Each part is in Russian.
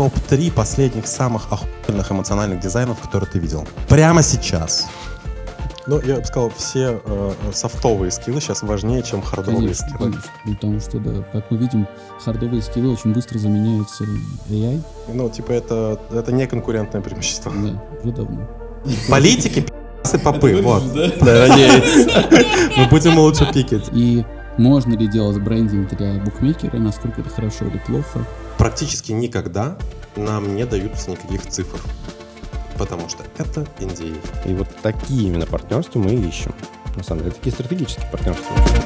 топ-3 последних самых охуенных эмоциональных дизайнов, которые ты видел. Прямо сейчас. Ну, я бы сказал, все софтовые скиллы сейчас важнее, чем хардовые скиллы. Конечно, потому что, да, как мы видим, хардовые скиллы очень быстро заменяются AI. Ну, типа, это не конкурентное преимущество. Да, уже давно. Политики, пи***сы, попы, вот. Да, мы будем лучше пикать. И можно ли делать брендинг для букмекера, насколько это хорошо или плохо? Практически никогда нам не даются никаких цифр. Потому что это NDA. И вот такие именно партнерства мы ищем. На самом деле, такие стратегические партнерства.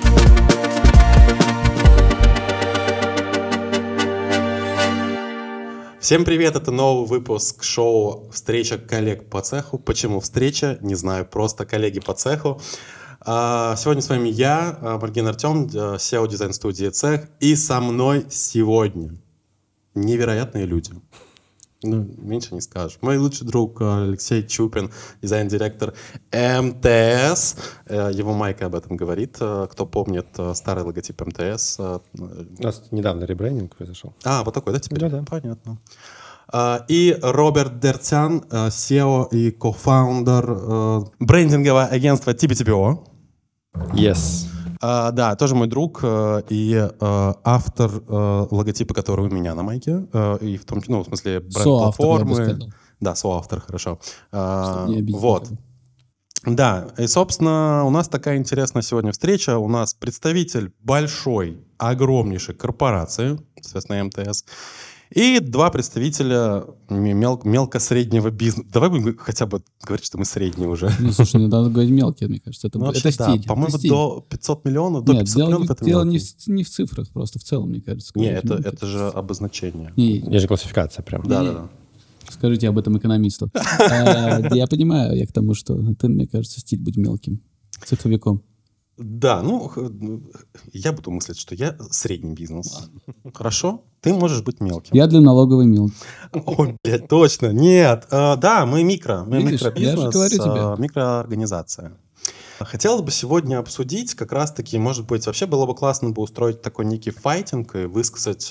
Всем привет, это новый выпуск шоу «Встреча коллег по цеху». Почему встреча? Не знаю, просто коллеги по цеху. Сегодня с вами я, Маргин Артем, SEO дизайн-студии «Цех». И со мной сегодня невероятные люди. Ну, меньше не скажешь. Мой лучший друг Алексей Чупин, дизайн-директор МТС. Его майка об этом говорит. Кто помнит старый логотип МТС. У нас недавно ребрендинг произошел. Вот такой, да, теперь? Да. Понятно. И Роберт Дерцян, SEO и кофаундер брендингового агентства TBTPO. Yes. Да, тоже мой друг и автор логотипа, который у меня на майке, и в том, ну, в смысле бренд-платформы. Да, соавтор, хорошо. Вот. Да, и, собственно, у нас такая интересная сегодня встреча. У нас представитель большой, огромнейшей корпорации, соответственно, МТС, и два представителя мелко-среднего бизнеса. Давай будем хотя бы говорить, что мы средние уже. Ну, слушай, не надо говорить мелкие, мне кажется. Это стиль. Да, по-моему, до 500 миллионов, до 500 миллионов это дело не в цифрах, просто в целом, мне кажется. Нет, это же обозначение. Есть же классификация прям. Да. Скажите об этом экономисту. Я понимаю, я к тому, что это, мне кажется, стиль быть мелким, цеховиком. Да, я буду мыслить, что я средний бизнес. Хорошо? Ты можешь быть мелким. Я для налоговой мелкий. Ой, блядь, точно. Нет. Да, мы Видишь, я же говорю тебе. Микроорганизация. Хотелось бы сегодня обсудить как раз-таки, может быть, вообще было бы классно бы устроить такой некий файтинг и высказать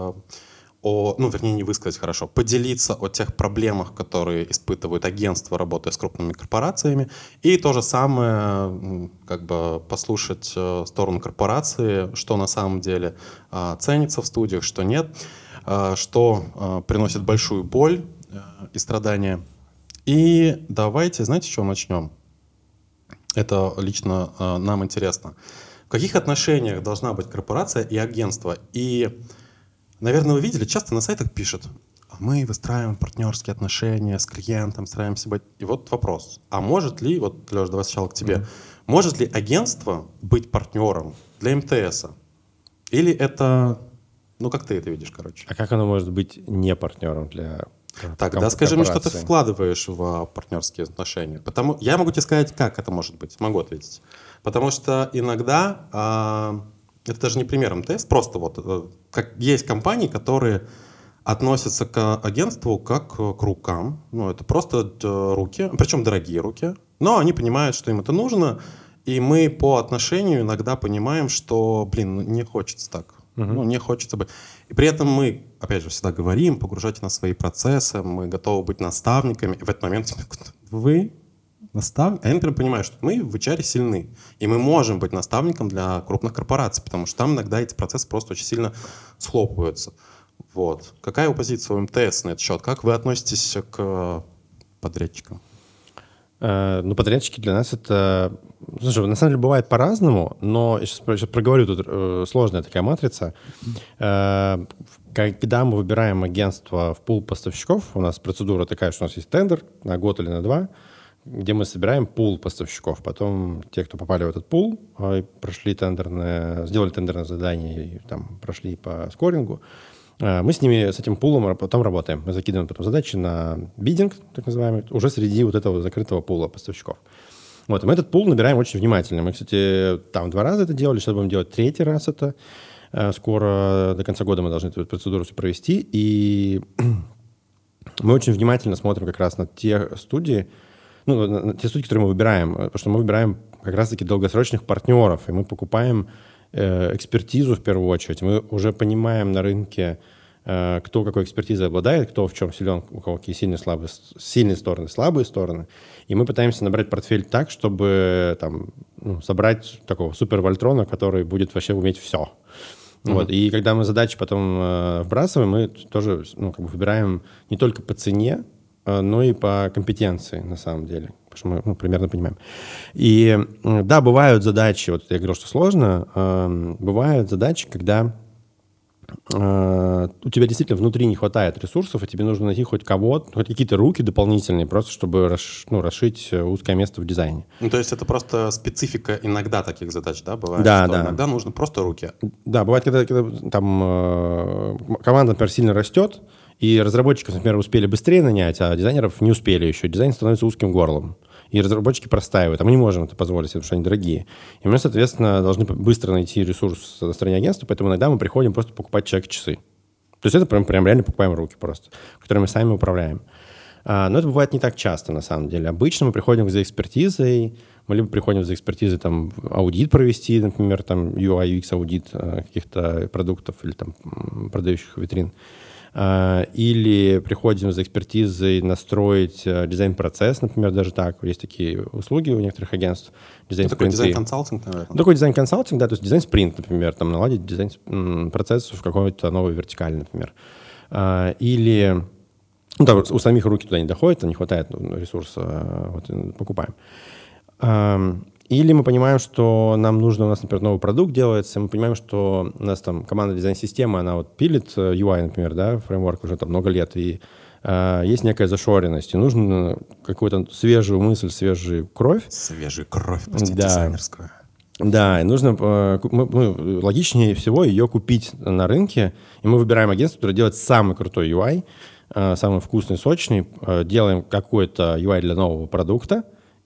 не высказать хорошо, поделиться о тех проблемах, которые испытывают агентства, работая с крупными корпорациями, и то же самое, как бы послушать сторону корпорации, что на самом деле ценится в студиях, что нет, что приносит большую боль и страдания. И давайте, знаете, с чего начнем? Это лично нам интересно. В каких отношениях должна быть корпорация и агентство? И наверное, вы видели, часто на сайтах пишут: мы выстраиваем партнерские отношения с клиентом, стараемся быть... И вот вопрос. А может ли, вот, Леш, давай сначала к тебе, может ли агентство быть партнером для МТС? Или это... как ты это видишь, короче? А как оно может быть не партнером для Тогда скажи мне, что ты вкладываешь в партнерские отношения. Я могу тебе сказать, как это может быть. Могу ответить. Потому что иногда... Это даже не пример МТС, просто как есть компании, которые относятся к агентству как к рукам. Это просто руки, причем дорогие руки, но они понимают, что им это нужно, и мы по отношению иногда понимаем, что, не хочется так. Не хочется быть. И при этом мы, опять же, всегда говорим, погружайте нас в свои процессы, мы готовы быть наставниками, и в этот момент вы... наставник. Я, например, понимаю, что мы в HR сильны, и мы можем быть наставником для крупных корпораций, потому что там иногда эти процессы просто очень сильно схлопываются. Вот. Какая у позиция у МТС на этот счет? Как вы относитесь к подрядчикам? Подрядчики для нас это... Слушай, на самом деле бывает по-разному, но я сейчас проговорю, тут сложная такая матрица. Когда мы выбираем агентство в пул поставщиков, у нас процедура такая, что у нас есть тендер на год или на 2, где мы собираем пул поставщиков. Потом те, кто попали в этот пул, сделали тендерное задание и там прошли по скорингу, мы с этим пулом потом работаем. Мы закидываем потом задачи на биддинг, так называемый, уже среди вот этого закрытого пула поставщиков. И мы этот пул набираем очень внимательно. Мы, кстати, там 2 раза это делали, сейчас будем делать 3-й раз это. Скоро, до конца года мы должны эту процедуру все провести. И мы очень внимательно смотрим как раз на те студии, на те студии, которые мы выбираем, потому что мы выбираем как раз-таки долгосрочных партнеров, и мы покупаем экспертизу в первую очередь. Мы уже понимаем на рынке кто какой экспертизой обладает, кто в чем силен, у кого какие сильные стороны, слабые стороны. И мы пытаемся набрать портфель так, чтобы там, собрать такого супер-вольтрона, который будет вообще уметь все. Вот. И когда мы задачи потом вбрасываем, мы тоже выбираем не только по цене, но и по компетенции, на самом деле. Потому что мы примерно понимаем. И да, бывают задачи, вот я говорил, что сложно, бывают задачи, когда у тебя действительно внутри не хватает ресурсов, и тебе нужно найти хоть кого-то, хоть какие-то руки дополнительные, просто чтобы расшить узкое место в дизайне. То есть это просто специфика иногда таких задач, да, бывает? Да, что да. Иногда нужно просто руки. Да, бывает, когда там команда, например, сильно растет, и разработчиков, например, успели быстрее нанять, а дизайнеров не успели еще. Дизайн становится узким горлом. И разработчики простаивают, а мы не можем это позволить, потому что они дорогие. И мы, соответственно, должны быстро найти ресурс на стороне агентства, поэтому иногда мы приходим просто покупать человек-часы. То есть это прям реально покупаем руки просто, которыми мы сами управляем. Но это бывает не так часто, на самом деле. Обычно мы приходим за экспертизой, мы либо приходим за экспертизой там, аудит провести, например, там UI, UX аудит каких-то продуктов или там продающих витрин. Или приходим за экспертизой настроить дизайн-процесс, например, даже так. Есть такие услуги у некоторых агентств. Такой дизайн-консалтинг, наверное. Такой дизайн-консалтинг, да, то есть дизайн-спринт, например, там наладить дизайн-процесс в какой-то новой вертикали, например. Или там, у самих руки туда не доходят, там не хватает ресурса, вот, покупаем. Или мы понимаем, что нам нужно, у нас, например, новый продукт делается, мы понимаем, что у нас там команда дизайн-системы, она вот пилит UI, например, да, фреймворк уже там много лет, и есть некая зашоренность, и нужно какую-то свежую мысль, свежую кровь. Свежую кровь, простите, дизайнерскую. Да, и нужно, логичнее всего ее купить на рынке, и мы выбираем агентство, которое делает самый крутой UI, самый вкусный, сочный, делаем какой-то UI для нового продукта,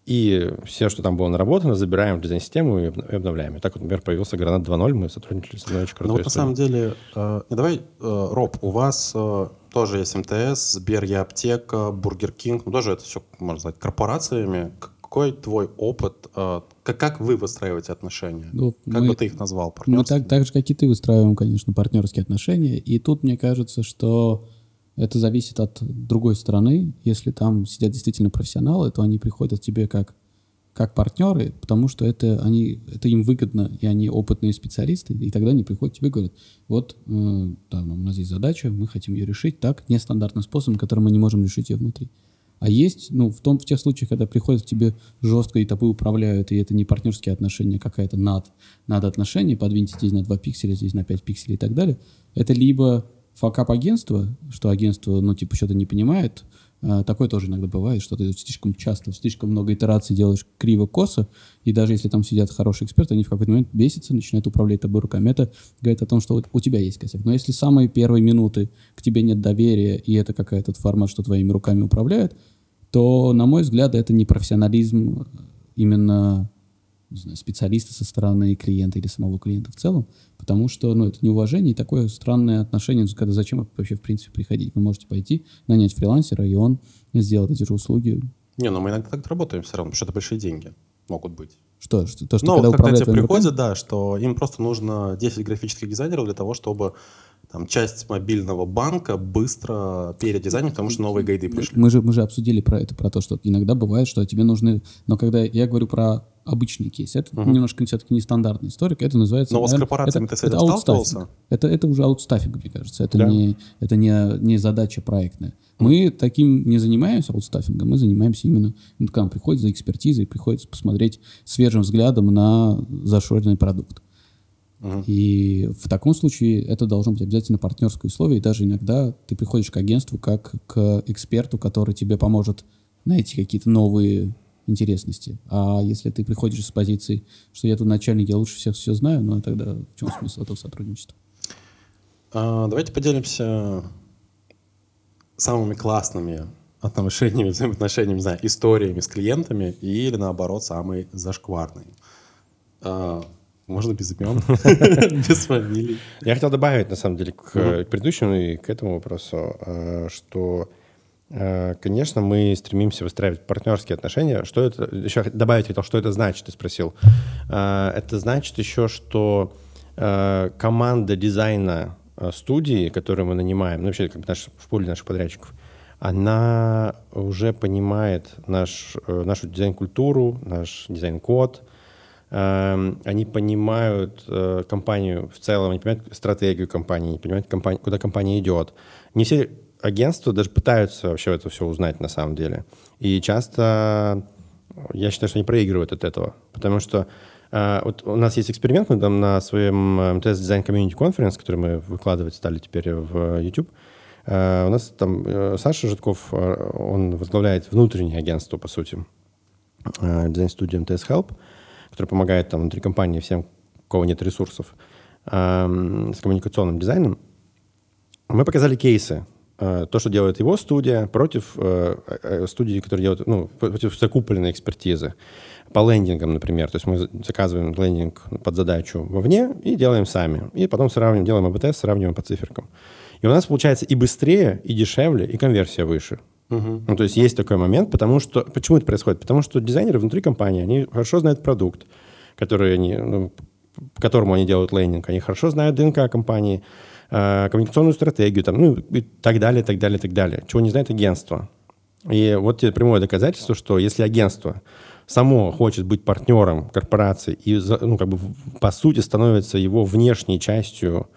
и все, что там было наработано, забираем в дизайн-систему и обновляем. И так вот, например, появился Granat 2.0, мы сотрудничали с одной очень крутой на самом деле, давай, Роб, у вас тоже есть МТС, Сбер, Яаптека, Бургер Кинг, тоже это все, можно сказать, корпорациями. Какой твой опыт? Как вы выстраиваете отношения? Как бы ты их назвал? Мы так же, как и ты, выстраиваем, конечно, партнерские отношения. И тут, мне кажется, что это зависит от другой стороны. Если там сидят действительно профессионалы, то они приходят к тебе как партнеры, потому что это им выгодно, и они опытные специалисты, и тогда они приходят к тебе и говорят, вот, да, у нас есть задача, мы хотим ее решить так, нестандартным способом, которым мы не можем решить ее внутри. А есть, в тех случаях, когда приходят к тебе жестко и тобой управляют, и это не партнерские отношения, какая-то над отношения, подвиньте здесь на 2 пикселя, здесь на 5 пикселей и так далее, это либо факап агентства, что агентство, что-то не понимает. Такое тоже иногда бывает, что ты слишком часто, слишком много итераций делаешь криво-косо, и даже если там сидят хорошие эксперты, они в какой-то момент бесятся, начинают управлять тобой руками. Это говорит о том, что у тебя есть косяк. Но если с самой первой минуты к тебе нет доверия, и это какой-то формат, что твоими руками управляют, то, на мой взгляд, это не профессионализм именно специалиста со стороны клиента или самого клиента в целом, потому что это неуважение и такое странное отношение, когда зачем вообще в принципе приходить. Вы можете пойти, нанять фрилансера, и он сделает эти же услуги. Мы иногда так работаем все равно, потому что это большие деньги могут быть. Что когда тебе приходят, да, что им просто нужно 10 графических дизайнеров для того, чтобы там часть мобильного банка быстро передизайнить, потому что новые гайды пришли. Мы же обсудили про то, что иногда бывает, что тебе нужны... Но когда я говорю про обычный кейс, это немножко все-таки нестандартная история, это называется... Но с корпорациями ты с этим сталкивался? Это уже аутстаффинг, мне кажется. Это не задача проектная. Мы таким не занимаемся, аутстаффингом, мы занимаемся именно... Когда он приходит за экспертизой, приходится посмотреть свежим взглядом на зашоренный продукт. И в таком случае это должно быть обязательно партнерское условие, и даже иногда ты приходишь к агентству как к эксперту, который тебе поможет найти какие-то новые интересности. А если ты приходишь с позиции, что я тут начальник, я лучше всех все знаю, тогда в чем смысл этого сотрудничества? Давайте поделимся самыми классными отношениями, взаимоотношениями, не знаю, историями с клиентами или, наоборот, самый зашкварный. Можно без имен, без фамилий. Я хотел добавить, на самом деле, к предыдущему и к этому вопросу, что, конечно, мы стремимся выстраивать партнерские отношения. Что это? Еще добавить хотел, что это значит, ты спросил. Это значит еще, что команда дизайна студии, которую мы нанимаем, ну, вообще, как в пуле наших подрядчиков, она уже понимает нашу дизайн-культуру, наш дизайн-код. Они понимают компанию в целом, они понимают стратегию компании, они понимают, куда компания идет. Не все агентства даже пытаются вообще это все узнать на самом деле. И часто я считаю, что они проигрывают от этого. Потому что вот у нас есть эксперимент, мы там на своем МТС Design Community Conference, который мы выкладывать стали теперь в YouTube, у нас там Саша Житков, он возглавляет внутреннее агентство, по сути, дизайн-студию МТС Help, который помогает там внутри компании всем, у кого нет ресурсов, с коммуникационным дизайном. Мы показали кейсы. То, что делает его студия, против студии, которые делают, против закупленной экспертизы. По лендингам, например. То есть мы заказываем лендинг под задачу вовне и делаем сами. И потом делаем АБ-тест, сравниваем по циферкам. И у нас получается и быстрее, и дешевле, и конверсия выше. Ну, то есть есть такой момент, потому что... Почему это происходит? Потому что дизайнеры внутри компании, они хорошо знают продукт, который они, по которому они делают лендинг. Они хорошо знают ДНК компании, коммуникационную стратегию, там, и так далее, так далее, так далее. Чего не знает агентство. И вот тебе прямое доказательство, что если агентство само хочет быть партнером корпорации и, по сути, становится его внешней частью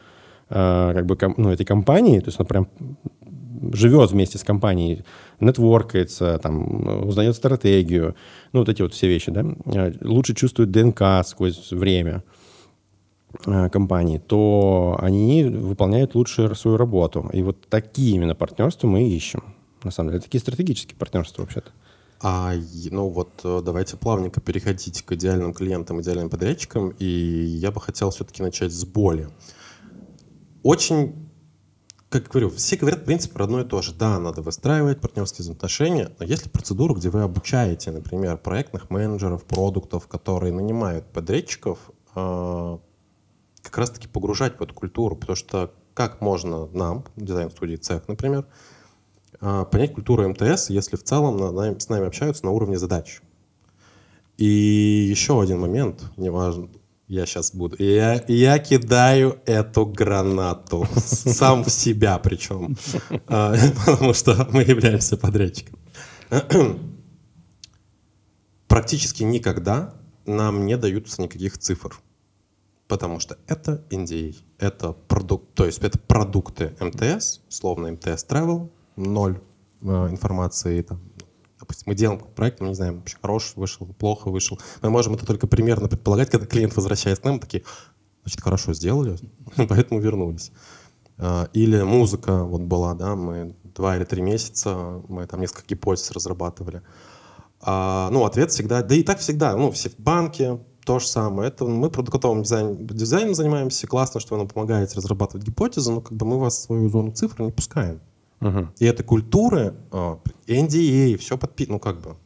этой компании, то есть он прям живет вместе с компанией, нетворкается, там, узнает стратегию, вот эти вот все вещи, да, лучше чувствует ДНК сквозь время компании, то они выполняют лучше свою работу. И вот такие именно партнерства мы ищем. На самом деле, такие стратегические партнерства вообще-то. Давайте плавненько переходить к идеальным клиентам, идеальным подрядчикам. И я бы хотел все-таки начать с боли. Очень, как говорю, все говорят, в принципе, про одно и то же. Да, надо выстраивать партнерские взаимоотношения, но есть ли процедура, где вы обучаете, например, проектных менеджеров, продуктов, которые нанимают подрядчиков, как раз-таки погружать в эту культуру, потому что как можно нам, дизайн-студии цех, например, понять культуру МТС, если в целом с нами общаются на уровне задач. И еще один момент, неважно, я сейчас буду, я кидаю эту гранату, сам в себя причем, потому что мы являемся подрядчиком. Практически никогда нам не даются никаких цифр. Потому что это NDA, это продукт, то есть это продукты МТС, словно МТС Travel, 0 информации. Там, допустим, мы делаем проект, мы не знаем, вообще хороший вышел, плохо вышел. Мы можем это только примерно предполагать, когда клиент возвращается к нам, такие, значит, хорошо сделали, поэтому вернулись. Или музыка вот была, да, мы 2 или 3 месяца, мы там несколько гипотез разрабатывали. Ответ всегда, да и так всегда, все в банке, то же самое. Это мы продуктовым дизайном занимаемся. Классно, что вы нам помогаете разрабатывать гипотезы, но мы вас в свою зону цифр не пускаем. И эта культура, NDA, все подписано,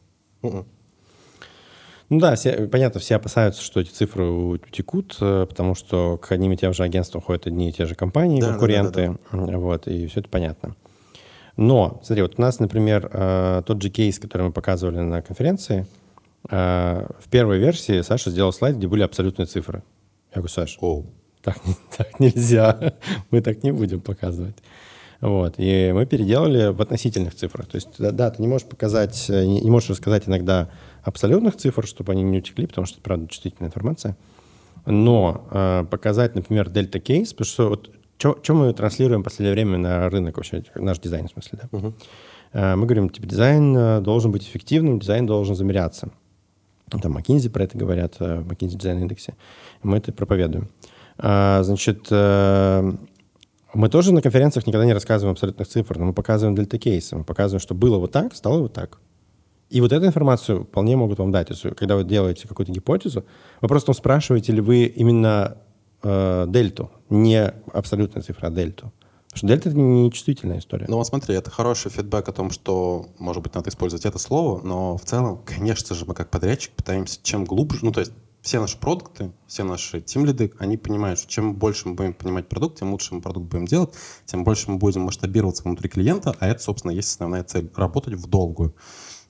Да, понятно, все опасаются, что эти цифры утекут, потому что к одним и тем же агентствам ходят одни и те же компании, конкуренты, Вот, и все это понятно. Но, смотри, вот у нас, например, тот же кейс, который мы показывали на конференции, в первой версии Саша сделал слайд, где были абсолютные цифры. Я говорю, Саш, так нельзя, мы так не будем показывать. Вот. И мы переделали в относительных цифрах. То есть, да, ты не можешь показать, не можешь рассказать иногда абсолютных цифр, чтобы они не утекли, потому что это, правда, чувствительная информация. Но показать, например, дельта-кейс, потому что вот что мы транслируем в последнее время на рынок вообще, наш дизайн в смысле, да? Мы говорим, дизайн должен быть эффективным, дизайн должен замеряться. Там McKinsey про это говорят, в McKinsey Design индексе. Мы это проповедуем. Значит, мы тоже на конференциях никогда не рассказываем абсолютных цифр, но мы показываем дельта-кейсы. Мы показываем, что было вот так, стало вот так. И вот эту информацию вполне могут вам дать. То есть, когда вы делаете какую-то гипотезу, вы просто спрашиваете ли вы именно дельту, не абсолютные цифры, а дельту. Потому что дельта — это не чувствительная история. Ну вот смотри, это хороший фидбэк о том, что, может быть, надо использовать это слово, но в целом, конечно же, мы как подрядчик пытаемся чем глубже, то есть все наши продукты, все наши тимлиды, они понимают, что чем больше мы будем понимать продукт, тем лучше мы продукт будем делать, тем больше мы будем масштабироваться внутри клиента, а это, собственно, есть основная цель — работать в долгую.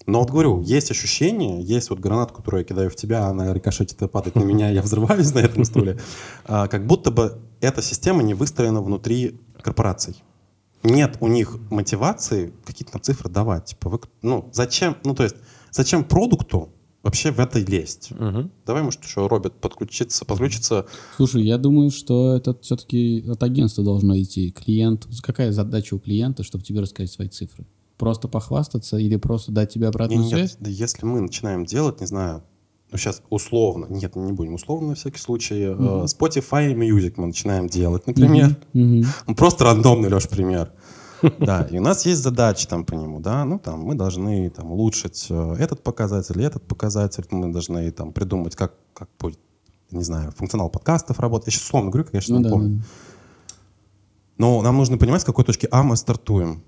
Но вот говорю, есть ощущение, есть вот гранату, которую я кидаю в тебя, она рикошетит и падает на меня, я взрываюсь на этом стуле. Как будто бы эта система не выстроена внутри корпораций. Нет у них мотивации какие-то там цифры давать. Типа, зачем, то есть, зачем продукту вообще в это лезть? Давай, может, еще робот подключится. Слушай, я думаю, что это все-таки от агентства должно идти. Клиент, какая задача у клиента, чтобы тебе рассказать свои цифры? Просто похвастаться или просто дать тебе обратную связь? Да если мы начинаем делать, не знаю, сейчас условно, нет, не будем условно на всякий случай, Spotify Music мы начинаем делать, например. Просто рандомный, Леш, пример. Да, и у нас есть задачи там по нему, да, мы должны там улучшить этот показатель, мы должны там придумать, как будет, не знаю, функционал подкастов работать. Я сейчас условно говорю, конечно, не помню. Но нам нужно понимать, с какой точки А мы стартуем.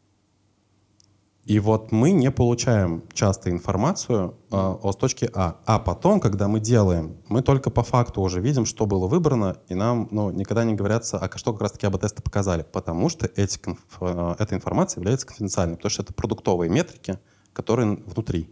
И вот мы не получаем часто информацию с точки А. А потом, когда мы делаем, мы только по факту уже видим, что было выбрано, и нам никогда не говорятся, что как раз-таки АБ-тесты показали. Потому что эта информация является конфиденциальной, потому что это продуктовые метрики, которые внутри.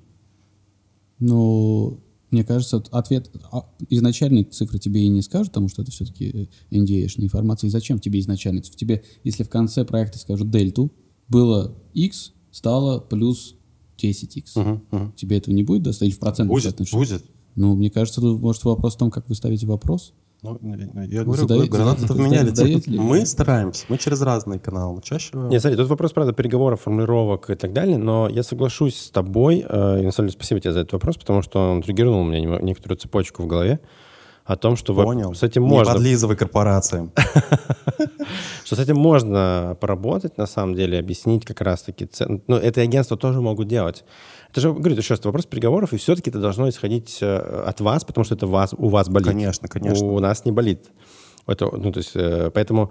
Мне кажется, ответ изначальные цифры тебе и не скажут, потому что это все-таки NDA-шная информация. И зачем тебе изначально? Тебе, если в конце проекта скажут дельту, было X, стало плюс 10x. Тебе этого не будет достаточно в процентах соотношении? Будет. Мне кажется, может вопрос в том, как вы ставите вопрос. Я говорю, гранаты-то в меня летит. Мы стараемся, мы через разные каналы. Чаще... Нет, смотри, тут вопрос, правда, переговоров, формулировок и так далее, но я соглашусь с тобой, и, на самом деле, спасибо тебе за этот вопрос, потому что он триггернул у меня некоторую цепочку в голове о том, что Понял. с этим можно... Не подлизывай корпорациям. Что с этим можно поработать, на самом деле, объяснить как раз-таки... это агентства тоже могут делать. Это же, говорю, еще раз, вопрос переговоров, и все-таки это должно исходить от вас, потому что это у вас болит. Конечно. У нас не болит. Поэтому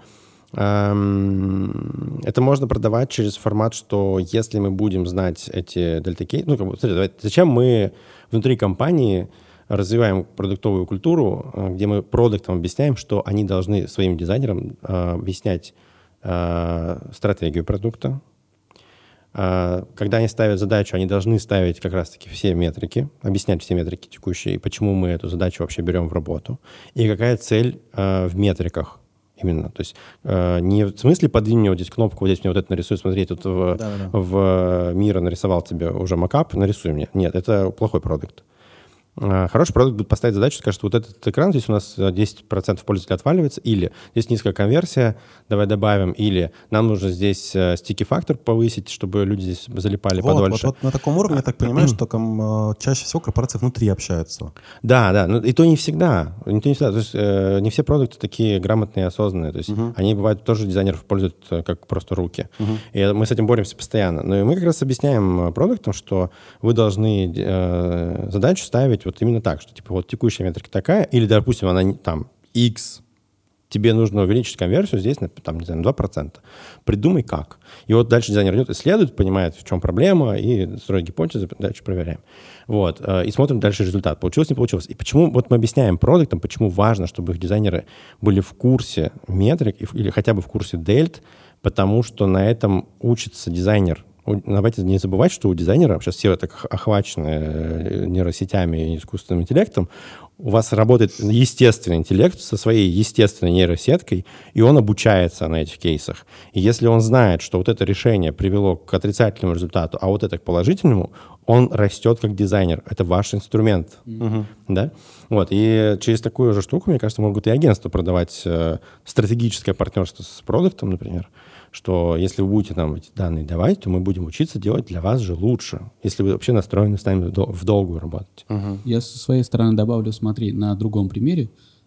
это можно продавать через формат, что если мы будем знать эти дельта-кейсы... зачем мы внутри компании развиваем продуктовую культуру, где мы продуктам объясняем, что они должны своим дизайнерам объяснять стратегию продукта. Когда они ставят задачу, они должны ставить как раз-таки все метрики, объяснять все метрики текущие, почему мы эту задачу вообще берем в работу, и какая цель в метриках именно. То есть не в смысле подвинь мне вот здесь кнопку, вот здесь мне вот это нарисуй, смотри, тут в Мира нарисовал тебе уже макап, нарисуй мне. Нет, это плохой продукт. Хороший продукт будет поставить задачу, скажет, вот этот экран, здесь у нас 10% пользователей отваливается, или здесь низкая конверсия, давай добавим, или нам нужно здесь стики-фактор повысить, чтобы люди здесь залипали подольше. Вот на таком уровне, я так понимаю, что чаще всего корпорации внутри общаются. Да, и то не всегда. То есть не все продукты такие грамотные и осознанные. То есть они, бывают, тоже дизайнеров пользуют как просто руки. И мы с этим боремся постоянно. Но и мы как раз объясняем продуктам, что вы должны задачу ставить вот именно так, что типа вот текущая метрика такая, или, допустим, она там X, тебе нужно увеличить конверсию здесь на 2%. Придумай как. И вот дальше дизайнер идет, исследует, понимает, в чем проблема, и строит гипотезы, дальше проверяем. И смотрим дальше результат. Получилось, не получилось. И почему вот мы объясняем продуктам, почему важно, чтобы их дизайнеры были в курсе метрик или хотя бы в курсе дельт, потому что на этом учится дизайнер. Давайте не забывать, что у дизайнера, сейчас все так охвачены нейросетями и искусственным интеллектом, у вас работает естественный интеллект со своей естественной нейросеткой, и он обучается на этих кейсах. И если он знает, что вот это решение привело к отрицательному результату, а вот это к положительному, он растет как дизайнер. Это ваш инструмент. Да? И через такую же штуку, мне кажется, могут и агентства продавать стратегическое партнерство с продуктом, например, что если вы будете нам эти данные давать, то мы будем учиться делать для вас же лучше, если вы вообще настроены с нами в долгую работать. Я со своей стороны добавлю, смотри, на другом примере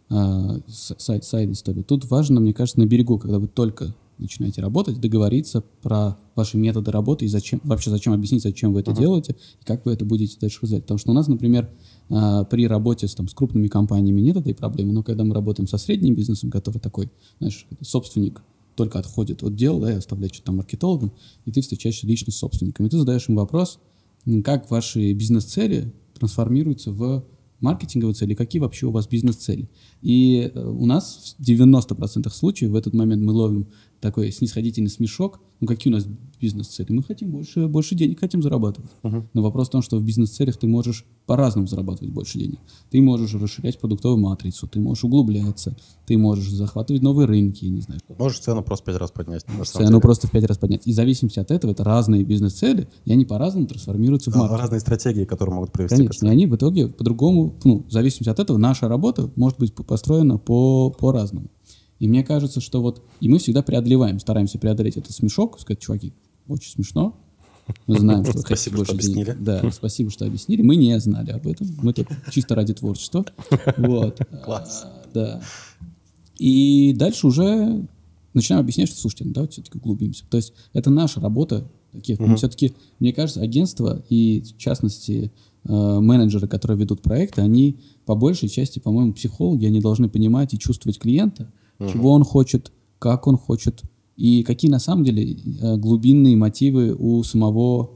сайд-истории. Тут важно, мне кажется, на берегу, когда вы только начинаете работать, договориться про ваши методы работы и зачем объяснить, зачем вы это делаете и как вы это будете дальше развивать. Потому что у нас, например, при работе с крупными компаниями нет этой проблемы, но когда мы работаем со средним бизнесом, который такой, знаешь, собственник, только отходит от дел, да, и оставляет что-то там маркетологам, и ты встречаешься лично с собственником. И ты задаешь им вопрос, как ваши бизнес-цели трансформируются в маркетинговые цели, какие вообще у вас бизнес-цели. И у нас в 90% случаев в этот момент мы ловим такой снисходительный смешок. Ну, какие у нас бизнес-цели? Мы хотим больше денег хотим зарабатывать. Но вопрос в том, что в бизнес-целях ты можешь по-разному зарабатывать больше денег. Ты можешь расширять продуктовую матрицу, ты можешь углубляться, ты можешь захватывать новые рынки, не знаю. Можешь цену просто 5 раз поднять. Цену просто в 5 раз поднять. И в зависимости от этого, это разные бизнес-цели, и они по-разному трансформируются в маркетинг. Разные стратегии, которые могут привести Конечно, и они в итоге по-другому, в зависимости от этого, наша работа может быть построена по-разному. И мне кажется, что и мы всегда стараемся преодолеть этот смешок, сказать, чуваки, очень смешно, мы знаем, что вы хотите больше денег. Спасибо, что объяснили. Да, спасибо, что объяснили. Мы не знали об этом, мы только чисто ради творчества. Класс. Да. И дальше уже начинаем объяснять, что, слушайте, давайте все-таки углубимся. То есть это наша работа. Все-таки, мне кажется, агентства и, в частности, менеджеры, которые ведут проекты, они по большей части, по-моему, психологи, они должны понимать и чувствовать клиента, чего он хочет, как он хочет, и какие на самом деле глубинные мотивы у самого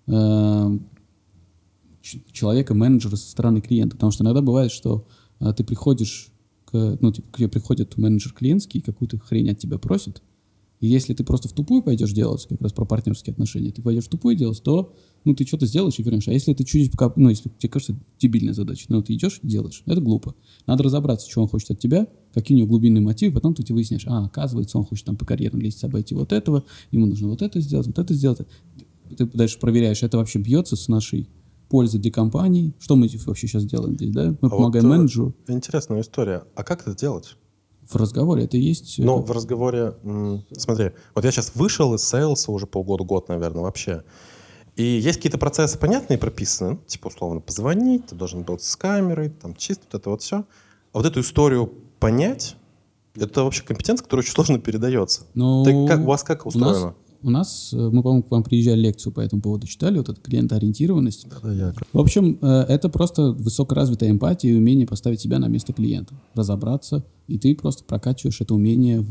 человека, менеджера со стороны клиента. Потому что иногда бывает, что ты приходишь, к тебе приходит менеджер клиентский, какую-то хрень от тебя просит, и если ты просто в тупую пойдешь делать, как раз про партнерские отношения, ты пойдешь в тупую делать, то ты что-то сделаешь и вернешь. А если ты чуть-чуть, если тебе кажется дебильная задача, ты идешь и делаешь, это глупо. Надо разобраться, что он хочет от тебя, какие у него глубинные мотивы, потом ты выясняешь, оказывается, он хочет по карьерной лестнице обойти вот этого, ему нужно вот это сделать, вот это сделать. Ты дальше проверяешь, это вообще бьется с нашей пользой для компании, что мы вообще сейчас делаем здесь, да? Мы помогаем менеджеру. Интересная история. А как это делать? В разговоре это есть... В разговоре... Смотри, я сейчас вышел из сейлса уже год, наверное, вообще. И есть какие-то процессы понятные, прописанные, условно, позвонить, ты должен был с камерой, чисто это все. А эту историю понять, это вообще компетенция, которая очень сложно передается. У вас как устроено? У нас, мы, по-моему, к вам приезжали, лекцию по этому поводу читали, эта клиентоориентированность. Да. В общем, это просто высокоразвитая эмпатия и умение поставить себя на место клиента, разобраться, и ты просто прокачиваешь это умение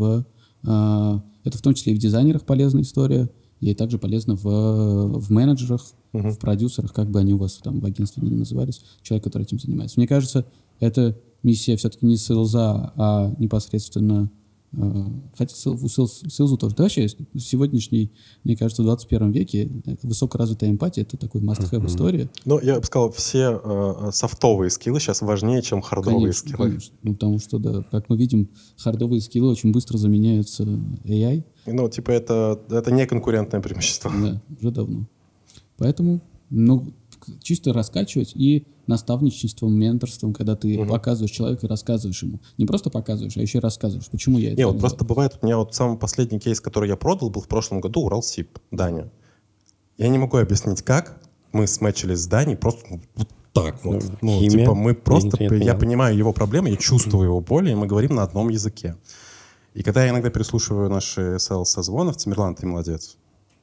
это в том числе и в дизайнерах полезная история, и также полезно в менеджерах, в продюсерах, как бы они у вас в агентстве не назывались, человек, который этим занимается. Мне кажется, эта миссия все-таки не селза, а непосредственно... Хотя селзу тоже. Да, вообще, сегодняшний, мне кажется, в 21 веке высокоразвитая эмпатия — это такой must-have история. Я бы сказал, все софтовые скиллы сейчас важнее, чем хардовые скиллы. Конечно. Потому что, да, как мы видим, хардовые скиллы очень быстро заменяются AI. Это не конкурентное преимущество. Да, уже давно. Поэтому, чисто раскачивать и наставничеством, менторством, когда ты показываешь человеку и рассказываешь ему. Не просто показываешь, а еще и рассказываешь, почему я это делаю. Просто бывает, у меня самый последний кейс, который я продал, был в прошлом году, Уралсиб, Даня. Я не могу объяснить, как. Мы сметчились с Даней просто так вот. Мы просто... Я понимаю его проблемы, я чувствую его боли, и мы говорим на одном языке. И когда я иногда переслушиваю наши sales-созвоны, Тамерлан, ты молодец.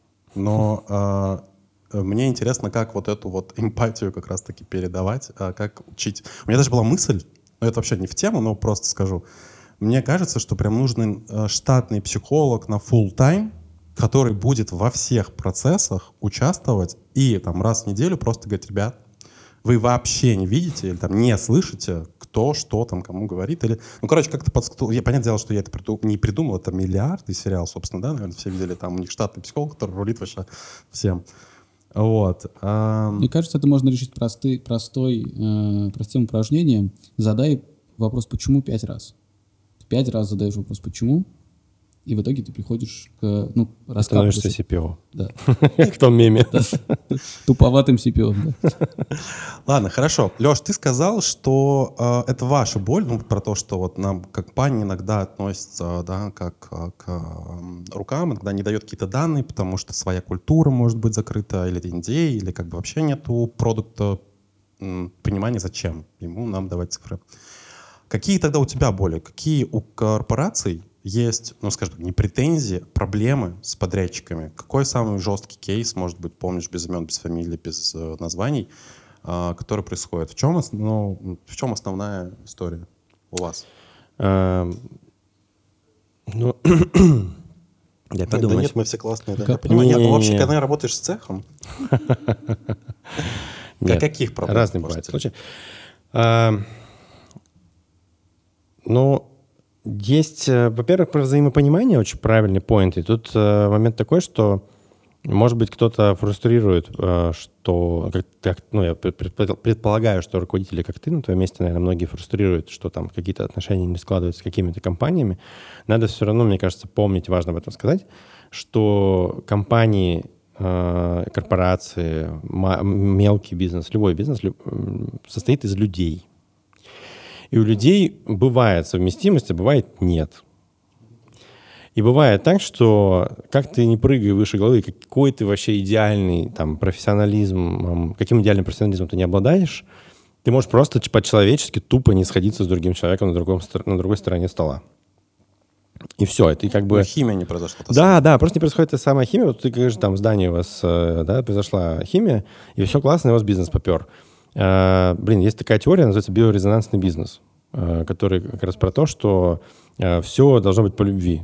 Но... Мне интересно, как эту эмпатию как раз-таки передавать, как учить. У меня даже была мысль, это вообще не в тему, но просто скажу. Мне кажется, что прям нужен штатный психолог на full time, который будет во всех процессах участвовать и раз в неделю просто говорить: ребят, вы вообще не видите или не слышите, кто что кому говорит. Или... как-то понятное дело, что я это не придумал, это миллиарды сериал, собственно, да, наверное, все видели, у них штатный психолог, который рулит вообще всем. Мне кажется, это можно решить простым упражнением. Задай вопрос «почему» 5 раз. Ты 5 раз задаешь вопрос «почему?», и в итоге ты приходишь к... Становишься CPO. Да. В том меме. Туповатым CPO, да. Ладно, хорошо. Леш, ты сказал, что это ваша боль, про то, что нам компания иногда относится, как к рукам, иногда не дает какие-то данные, потому что своя культура может быть закрыта, или это NDA, или вообще нету продукта, понимания, зачем ему нам давать цифры. Какие тогда у тебя боли? Какие у корпораций есть, скажем так, не претензии, проблемы с подрядчиками? Какой самый жесткий кейс, может быть, помнишь, без имен, без фамилий, без названий, который происходит? В чем основная история у вас? Я подумаю. Нет, мы все классные. Да? Я понимаю, нет, вообще, когда работаешь с цехом, каких проблем? Разные бывают случаи. Есть, во-первых, про взаимопонимание очень правильный поинт. И тут момент такой, что, может быть, кто-то фрустрирует, что, я предполагаю, что руководители, как ты, на твоем месте, наверное, многие фрустрируют, что там какие-то отношения не складываются с какими-то компаниями. Надо все равно, мне кажется, помнить, важно об этом сказать, что компании, корпорации, мелкий бизнес, любой бизнес состоит из людей. И у людей бывает совместимость, а бывает нет. И бывает так, что как ты не прыгай выше головы, какой ты вообще идеальный там, профессионализм, каким идеальным профессионализмом ты не обладаешь, ты можешь просто по-человечески тупо не сходиться с другим человеком на другой стороне стола. И все, это как бы... Химия не произошла. Да, просто не происходит та самая химия. Вот ты говоришь, там в здании у вас произошла химия, и все классно, и у вас бизнес попер. Есть такая теория, называется биорезонансный бизнес, который как раз про то, что все должно быть по любви.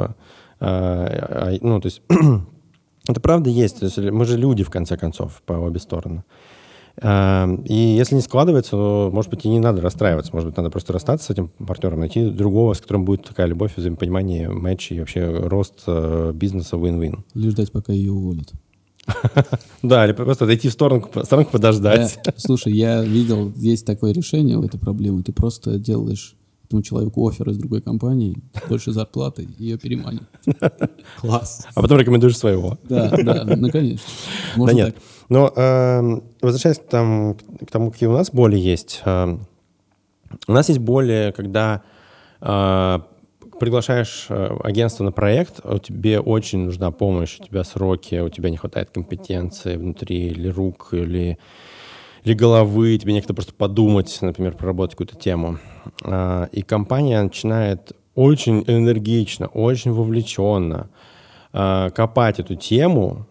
То есть это правда есть. То есть мы же люди, в конце концов, по обе стороны. И если не складывается, то, может быть, и не надо расстраиваться. Может быть, надо просто расстаться с этим партнером, найти другого, с которым будет такая любовь, взаимопонимание, матч и вообще рост бизнеса win-win. Или ждать, пока ее уволят. Да, или просто отойти в сторонку подождать. Слушай, я видел, есть такое решение у этой проблемы. Ты просто делаешь этому человеку оффер из другой компании, больше зарплаты, и ее переманивают. Класс. А потом рекомендуешь своего. Да, конечно. Да нет. Но возвращаясь к тому, какие у нас боли есть. У нас есть боли, когда приглашаешь агентство на проект, тебе очень нужна помощь, у тебя сроки, у тебя не хватает компетенции внутри, или рук, или головы, тебе некогда просто подумать, например, проработать какую-то тему. И компания начинает очень энергично, очень вовлеченно копать эту тему,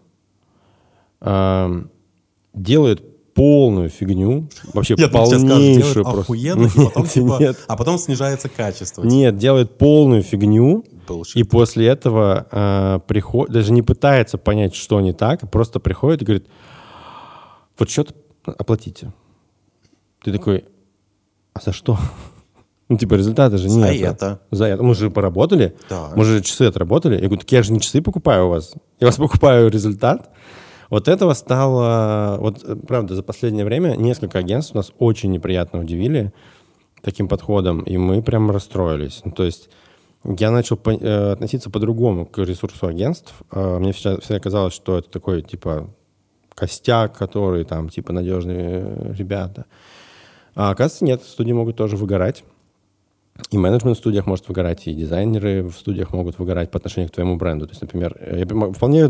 делает полную фигню, вообще полнейшую просто. Охуенно, а потом снижается качество. Нет, делает полную фигню, Bullshit. И после этого приходит, даже не пытается понять, что не так, а просто приходит и говорит, вот счет оплатите. Ты такой, а за что? Результата же нет. За это. Мы же поработали, да. Мы же часы отработали. Я говорю, так я же не часы покупаю у вас, я у вас покупаю результат. Вот этого стало, правда, за последнее время несколько агентств нас очень неприятно удивили таким подходом, и мы прям расстроились. То есть я начал относиться по-другому к ресурсу агентств. Мне всегда казалось, что это такой, костяк, который там, надежные ребята. А оказывается, нет, студии могут тоже выгорать. И менеджмент в студиях может выгорать, и дизайнеры в студиях могут выгорать по отношению к твоему бренду. То есть, например, я вполне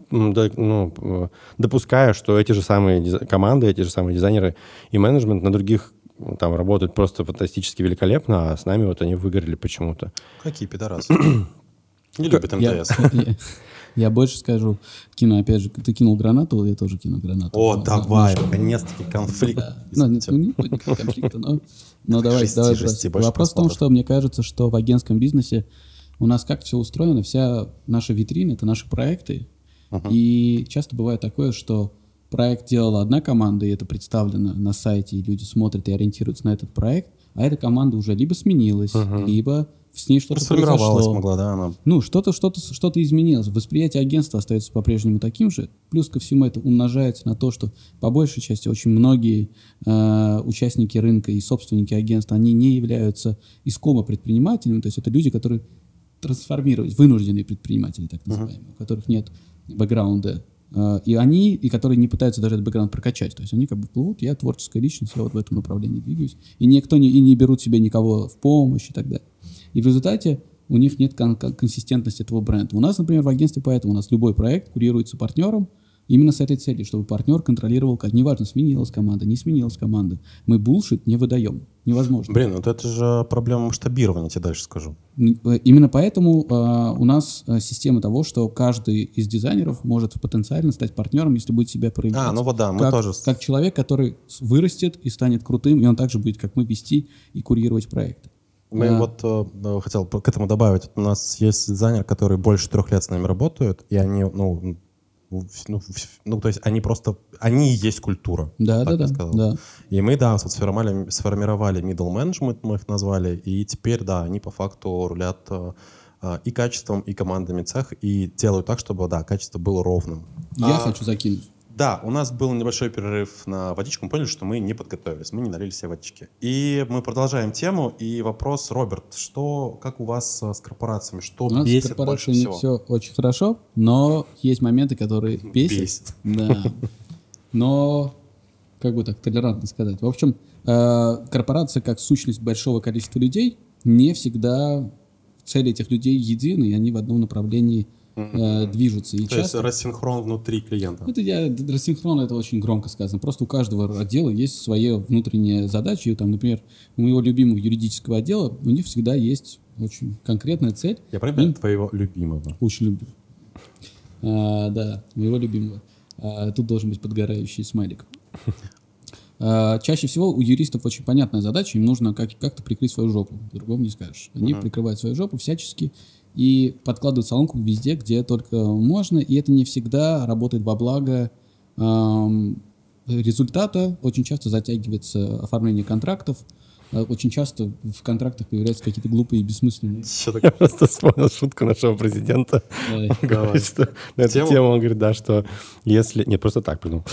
допускаю, что эти же самые команды, эти же самые дизайнеры и менеджмент на других там работают просто фантастически великолепно, а с нами они выгорели почему-то. Какие пидорасы. Не любят МТС. Я больше скажу, опять же, ты кинул гранату, я тоже кину гранату. О, давай, наконец-таки конфликт. Не будет конфликта, но давай. Вопрос в том, что мне кажется, что в агентском бизнесе у нас как все устроено, вся наша витрина — это наши проекты. И часто бывает такое, что проект делала одна команда, и это представлено на сайте, и люди смотрят и ориентируются на этот проект, а эта команда уже либо сменилась, либо с ней что-то произошло. Могла, да, она. Что-то изменилось. Восприятие агентства остается по-прежнему таким же. Плюс ко всему это умножается на то, что по большей части очень многие участники рынка и собственники агентства, они не являются искомо предпринимателями, то есть это люди, которые трансформировать, вынужденные предприниматели, так называемые, у которых нет бэкграунда, и которые не пытаются даже этот бэкграунд прокачать. То есть они плывут, я творческая личность, я в этом направлении двигаюсь, и не берут себе никого в помощь и так далее. И в результате у них нет консистентности этого бренда. У нас, например, в агентстве поэтому у нас любой проект курируется партнером именно с этой целью, чтобы партнер контролировал, неважно, сменилась команда, не сменилась команда. Мы булшит не выдаем. Невозможно. Это же проблема масштабирования, тебе дальше скажу. Именно поэтому у нас система того, что каждый из дизайнеров может потенциально стать партнером, если будет себя проявлять. Мы тоже. Как человек, который вырастет и станет крутым, и он также будет, как мы, вести и курировать проекты. Хотел к этому добавить. У нас есть дизайнеры, которые больше 3 лет с нами работают, и они, то есть они и есть культура. Да. И мы, сформировали middle management, мы их назвали, и теперь, они по факту рулят и качеством, и командами цех, и делают так, чтобы, качество было ровным. Я хочу закинуть. Да, у нас был небольшой перерыв на водичку, мы поняли, что мы не подготовились, мы не налили себе водички. И мы продолжаем тему, и вопрос, Роберт, как у вас с корпорациями, что бесит больше всего? У нас с корпорациями все очень хорошо, но есть моменты, которые бесят. Да. Но, как бы так толерантно сказать. В общем, корпорация как сущность большого количества людей, не всегда цели этих людей едины, и они в одном направлении движутся. И то есть рассинхрон внутри клиента. Рассинхрон — это очень громко сказано. Просто у каждого отдела есть свои внутренние задачи. И, например, у моего любимого юридического отдела у них всегда есть очень конкретная цель. Я правильно твоего любимого? Очень люблю. Да, моего любимого. Тут должен быть подгорающий смайлик. Чаще всего у юристов очень понятная задача. Им нужно как-то прикрыть свою жопу. По-другому не скажешь. Они прикрывают свою жопу всячески и подкладывают соломку везде, где только можно, и это не всегда работает во благо результата. Очень часто затягивается оформление контрактов, очень часто в контрактах появляются какие-то глупые и бессмысленные. Я просто вспомнил шутку нашего президента. Говорит, что на эту тему он говорит, что если... Нет, просто так придумал.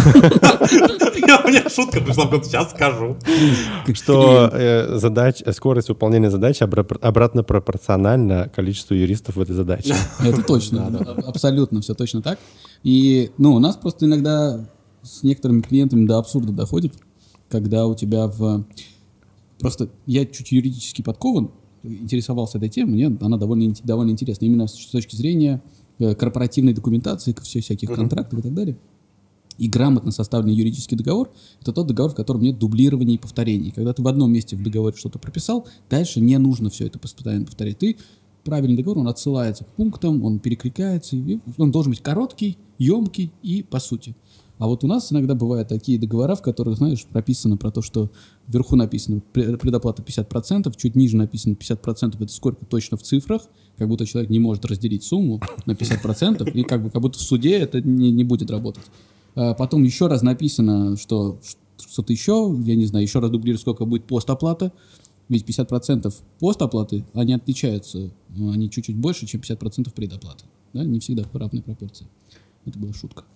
У меня шутка пришла, сейчас скажу. Что скорость выполнения задачи обратно пропорциональна количеству юристов в этой задаче. Это точно, абсолютно все точно так. И у нас просто иногда с некоторыми клиентами до абсурда доходит, когда у тебя Просто я чуть юридически подкован, интересовался этой темой, мне она довольно интересна. Именно с точки зрения корпоративной документации, всяких контрактов и так далее. И грамотно составленный юридический договор — это тот договор, в котором нет дублирования и повторений. Когда ты в одном месте в договоре что-то прописал, дальше не нужно все это постоянно повторять. Правильный договор, он отсылается к пунктам, он перекликается, и он должен быть короткий, емкий и по сути. А вот у нас иногда бывают такие договора, в которых, знаешь, прописано про то, что вверху написано предоплата 50%, чуть ниже написано 50%, это сколько точно в цифрах, как будто человек не может разделить сумму на 50%, и как будто в суде это не будет работать. Потом еще раз написано, что что-то еще, я не знаю, еще раз дублирую, сколько будет постоплата, ведь 50% постоплаты, они отличаются, они чуть-чуть больше, чем 50% предоплаты. Да? Не всегда в равной пропорции. Это была шутка.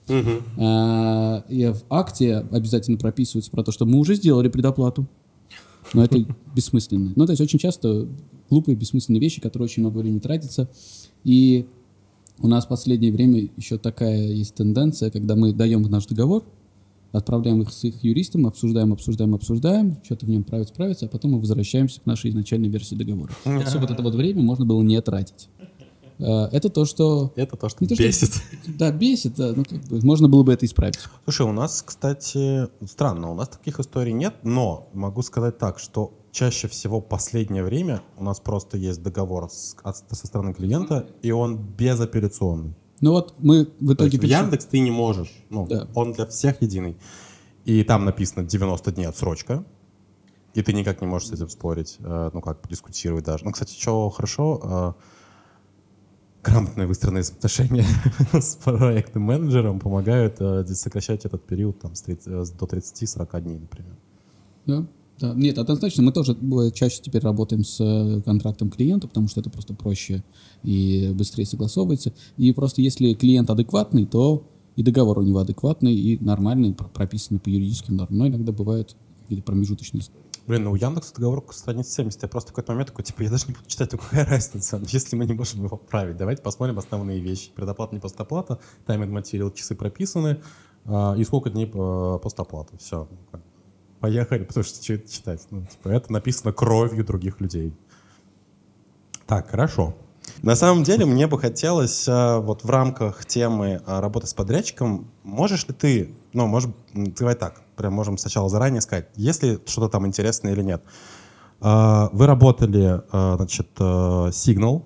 И в акте обязательно прописывается про то, что мы уже сделали предоплату. Но это бессмысленно. То есть очень часто глупые, бессмысленные вещи, которые очень много времени тратятся. И у нас в последнее время еще такая есть тенденция, когда мы даем наш договор, отправляем их с их юристом, обсуждаем, что-то в нем правится, а потом мы возвращаемся к нашей изначальной версии договора. Чтобы это время можно было не тратить. Это то, что бесит. Бесит, да. Можно было бы это исправить. Слушай, у нас, кстати, странно, у нас таких историй нет, но могу сказать так, что чаще всего в последнее время у нас просто есть договор со стороны клиента, и он безапелляционный. Мы в итоге... В Яндекс ты не можешь, он для всех единый. И там написано 90 дней отсрочка, и ты никак не можешь с этим спорить, подискутировать даже. Кстати, что хорошо... Грамотные выстроенные отношения с проектным менеджером помогают сокращать этот период до 30-40 дней, например. Да. Нет, однозначно, мы тоже чаще теперь работаем с контрактом клиента, потому что это просто проще и быстрее согласовывается. И просто если клиент адекватный, то и договор у него адекватный и нормальный, прописанный по юридическим нормам. Но иногда бывают какие-то промежуточные истории. У Яндекса договор страниц 70. Я просто в какой-то момент такой, я даже не буду читать, какая разница, если мы не можем его править. Давайте посмотрим основные вещи. Предоплата, не постоплата, time and material, часы прописаны, и сколько дней постоплаты. Все. Поехали, потому что что это читать. Это написано кровью других людей. Так, хорошо. На самом деле, мне бы хотелось в рамках темы работы с подрядчиком, можешь ли ты, давай так, прям можем сначала заранее сказать, есть ли что-то там интересное или нет. Вы работали, Signal,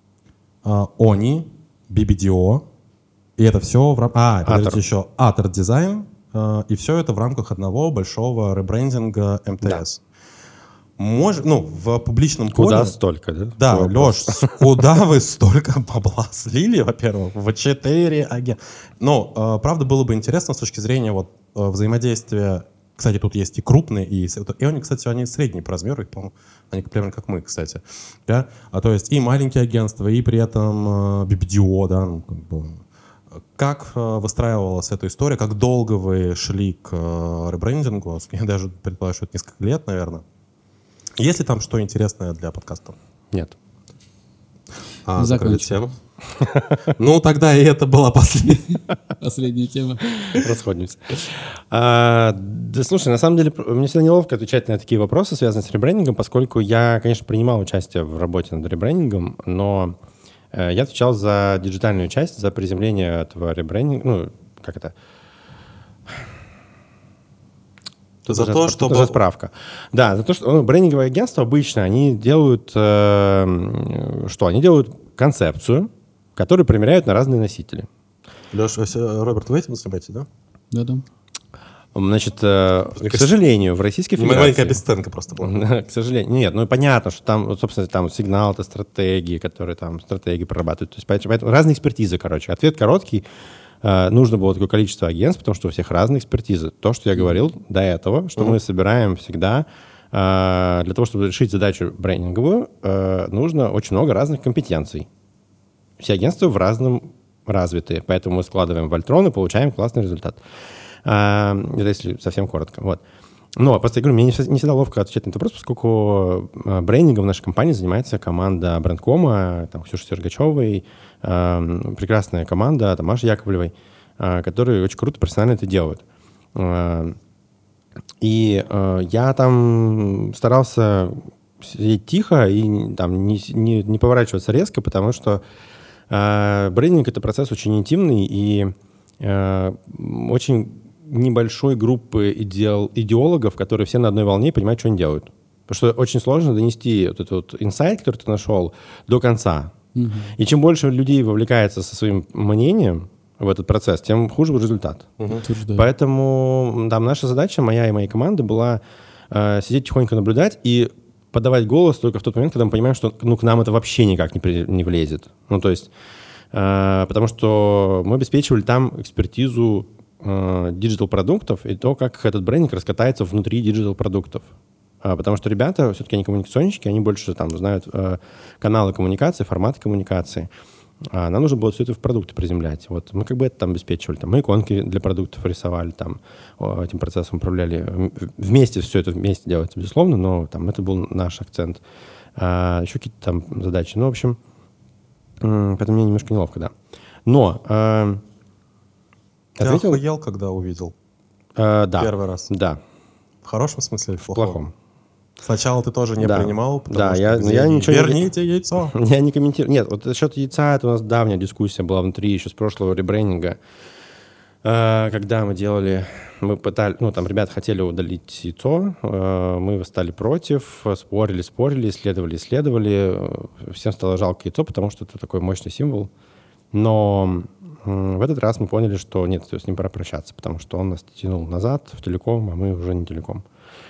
Oni, BBDO, и это все еще Atter Design, и все это в рамках одного большого ребрендинга МТС. в публичном поле... Куда столько, да? Да, Леш, куда вы столько бабла слили, во-первых, в 4 агента? Правда, было бы интересно с точки зрения взаимодействия. Кстати, тут есть и крупные, и они, кстати, они средние по размеру, по-моему, они примерно как мы, кстати. Да? То есть и маленькие агентства, и при этом BBDO, да, Как выстраивалась эта история, как долго вы шли к ребрендингу? Я даже предполагаю, что это несколько лет, наверное. Есть ли там что интересное для подкаста? Нет. Закрыли тему. Тогда и это была последняя тема. Расходимся. Да, слушай, на самом деле, мне всегда неловко отвечать на такие вопросы, связанные с ребрендингом, поскольку я, конечно, принимал участие в работе над ребрендингом, но я отвечал за диджитальную часть, за приземление этого ребрендинга. Тут нужна справка. Да, за то, что брендинговые агентства обычно, они делают что? Они делают концепцию, которую примеряют на разные носители. Леш, Роберт, вы этим снимаете, да? Да. Значит, к сожалению, в Российской Федерации... Маленькая бесценка просто была. К сожалению. Нет, понятно, что там, собственно, там сигнал, это стратегии, которые там стратегии прорабатывают. То есть, поэтому разные экспертизы, короче. Ответ короткий. Нужно было такое количество агентств, потому что у всех разные экспертизы. То, что я говорил до этого, что мы собираем всегда, для того, чтобы решить задачу брендинговую, нужно очень много разных компетенций. Все агентства в разном развиты, поэтому мы складываем в Альтрон и получаем классный результат. Это если совсем коротко. Вот. Но просто я говорю, мне не всегда ловко отвечать на этот вопрос, поскольку брендингом в нашей компании занимается команда брендкома, там, Ксюши Сергачевой, прекрасная команда, там, Маши Яковлевой, которые очень круто профессионально это делают. И я там старался сидеть тихо и там, не поворачиваться резко, потому что брендинг — это процесс очень интимный и очень небольшой группы идеологов, которые все на одной волне и понимают, что они делают. Потому что очень сложно донести вот этот инсайт, который ты нашел, до конца. Угу. И чем больше людей вовлекается со своим мнением в этот процесс, тем хуже результат. Угу. Поэтому там наша задача, моя и моей команды, была сидеть тихонько наблюдать и подавать голос только в тот момент, когда мы понимаем, что к нам это вообще никак не влезет. То есть, потому что мы обеспечивали там экспертизу диджитал-продуктов и то, как этот брендинг раскатается внутри диджитал-продуктов. Потому что ребята, все-таки они коммуникационщики, они больше там знают каналы коммуникации, форматы коммуникации. А нам нужно было все это в продукты приземлять. Вот мы как бы это там обеспечивали. Там, мы иконки для продуктов рисовали, там, этим процессом управляли. Вместе все это вместе делается, безусловно, но там это был наш акцент. Еще какие-то там задачи. В общем, поэтому мне немножко неловко, да. Но... Ты охуел, когда увидел? Да. Первый раз? Да. В хорошем смысле или в плохом? плохом? Сначала ты тоже не принимал, потому что я ничего верните яйцо. Я не комментирую. Нет, вот насчет яйца, это у нас давняя дискуссия была внутри еще с прошлого ребрендинга. Когда мы пытались, там ребята хотели удалить яйцо, мы стали против, спорили, исследовали. Всем стало жалко яйцо, потому что это такой мощный символ. Но в этот раз мы поняли, что нет, с ним пора прощаться, потому что он нас тянул назад в телеком, а мы уже не телеком.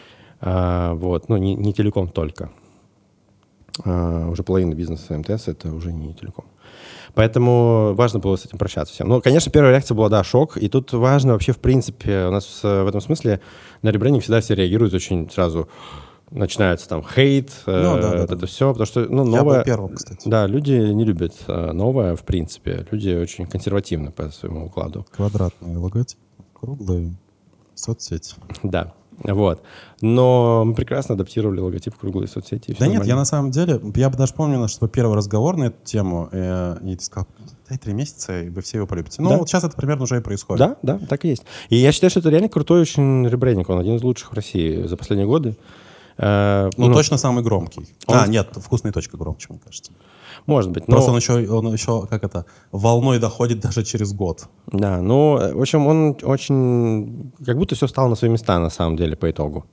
Не телеком только. Уже половина бизнеса МТС — это уже не телеком. Поэтому важно было с этим прощаться всем. Конечно, первая реакция была, да, шок. И тут важно вообще, в принципе, у нас в этом смысле на ребрендинг всегда все реагируют очень сразу. Начинается там хейт, это все, потому что новое... Я был первым, кстати. Да, люди не любят новое, в принципе. Люди очень консервативны по своему укладу. Квадратный логотип, круглый, соцсеть. Да, вот. Но мы прекрасно адаптировали логотип круглой соцсети. Да нет, я на самом деле, я бы даже помню наш первый разговор на эту тему, и ты сказал, дай 3 месяца, и вы все его полюбите. Вот сейчас это примерно уже и происходит. Да, так и есть. И я считаю, что это реально крутой очень ребрендинг. Он один из лучших в России за последние годы. Точно самый громкий. Нет, «Вкусная точка» громче, мне кажется. Может быть. Просто он еще волной доходит даже через год. Да, в общем, он очень... Как будто все стало на свои места, на самом деле, по итогу.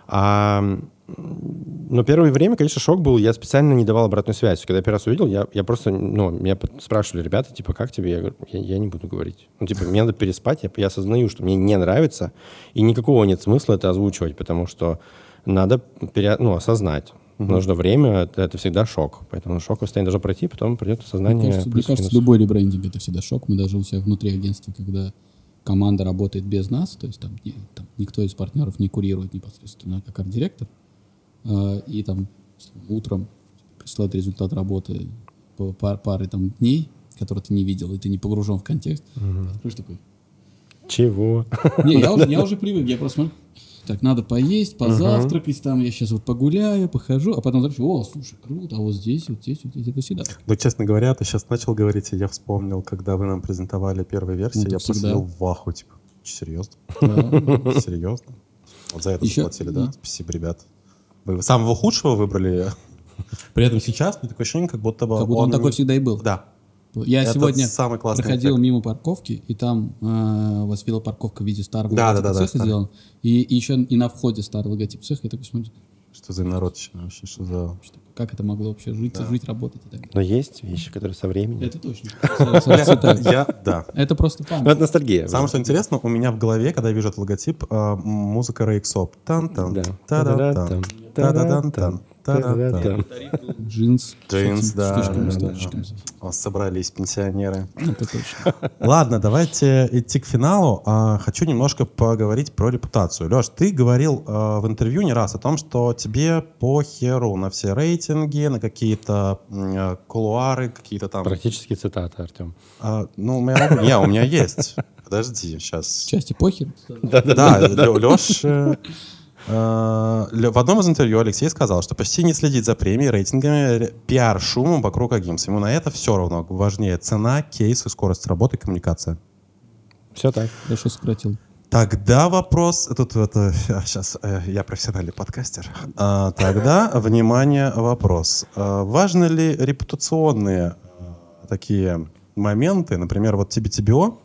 Но первое время, конечно, шок был. Я специально не давал обратную связь. Когда я первый раз увидел, я просто... меня спрашивали ребята, типа, как тебе? Я говорю, я не буду говорить. Мне надо переспать. Я осознаю, что мне не нравится, и никакого нет смысла это озвучивать, потому что надо осознать. Нужно время, это всегда шок. Поэтому шоковое состояние должно пройти, потом придет осознание. Мне кажется, любой ребрендинг — это всегда шок. Мы даже у себя внутри агентства, когда команда работает без нас, то есть там никто из партнеров не курирует непосредственно как арт-директор, и там утром присылает результат работы по пары там дней, которые ты не видел, и ты не погружен в контекст. Ты такой... Чего? Не, я уже привык, я просто смотрю, так, надо поесть, позавтракать, там, я сейчас вот погуляю, похожу, а потом, слушай, круто, а вот здесь, это всегда. Ну, честно говоря, ты сейчас начал говорить, и я вспомнил, когда вы нам презентовали первую версию, я просто был в аху, типа, серьезно? Серьезно? Вот за это заплатили, да? Спасибо, ребят. Вы самого худшего выбрали, при этом сейчас такое ощущение, как будто бы... Как будто он такой всегда и был. Да. Я сегодня проходил мимо парковки, и там у вас велопарковка в виде старого логотипа цеха сделана, и еще и на входе старый логотип цеха, я такой смотрю. Что за народщина вообще? Что за... Как это могло вообще жить, работать и так далее. Но есть вещи, которые со временем. Это точно. Да. Это просто память. Это ностальгия. Самое, что интересно, у меня в голове, когда я вижу этот логотип, музыка Рейксоп. Тан-тан, та-да-тан, та-да-дан-тан. Джинс, да. Собрались пенсионеры. Это точно. Ладно, давайте идти к финалу. Хочу немножко поговорить про репутацию. Леш, ты говорил в интервью не раз о том, что тебе похеру на все рейтинги, на какие-то кулуары, какие-то там... Практически цитаты, Артем. У меня есть. Подожди, сейчас. В части похер? Да, Леш... В одном из интервью Алексей сказал, что почти не следит за премией, рейтингами, пиар-шумом вокруг Агимс. Ему на это все равно важнее цена, кейс и скорость работы, коммуникация. Все так. Хорошо сократил. Тогда вопрос... Сейчас я профессиональный подкастер. Тогда, внимание, вопрос. Важны ли репутационные такие моменты? Например, вот TBTBO...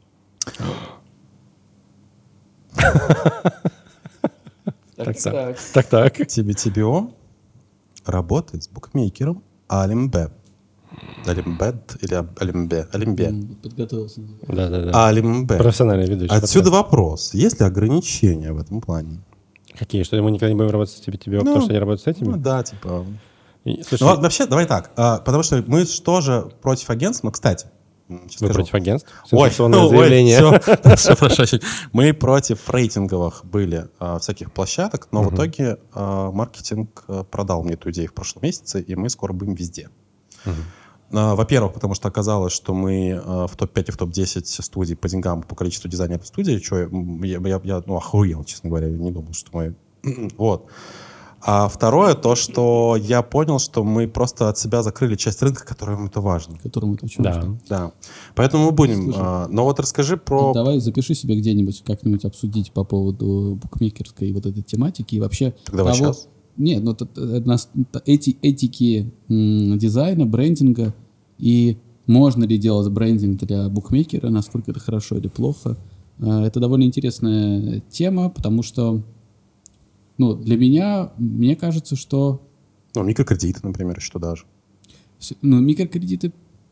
Так. TBTBO работает с букмекером Алимбе. Алимбед или Алимбе? Подготовился. Да. Алимбе. Профессиональный ведущий. Отсюда вопрос. Есть ли ограничения в этом плане? Какие? Что мы никогда не будем работать с TBTBO, потому что они работают с этими? Да, типа... Слушай, вообще, давай так. Потому что мы тоже против агентств. Но, кстати... Вы против агентств? Сенсационное заявление. Все хорошо. Мы против рейтинговых были всяких площадок, но в итоге маркетинг продал мне эту идею в прошлом месяце, и мы скоро будем везде. Во-первых, потому что оказалось, что мы в топ-5 и в топ-10 студий по деньгам, по количеству дизайнеров студии, что я охуел, честно говоря, я не думал, что мы... Вот. А второе, то, что я понял, что мы просто от себя закрыли часть рынка, которому это важно. Которому это очень важно. Да. Поэтому мы будем... но вот расскажи про... Давай запиши себе где-нибудь, как-нибудь обсудить по поводу букмекерской вот этой тематики и вообще... Давай сейчас? Нет, этики дизайна, брендинга и можно ли делать брендинг для букмекера, насколько это хорошо или плохо. Это довольно интересная тема, потому что для меня, мне кажется, что... микрокредиты, например, что даже. Микрокредиты...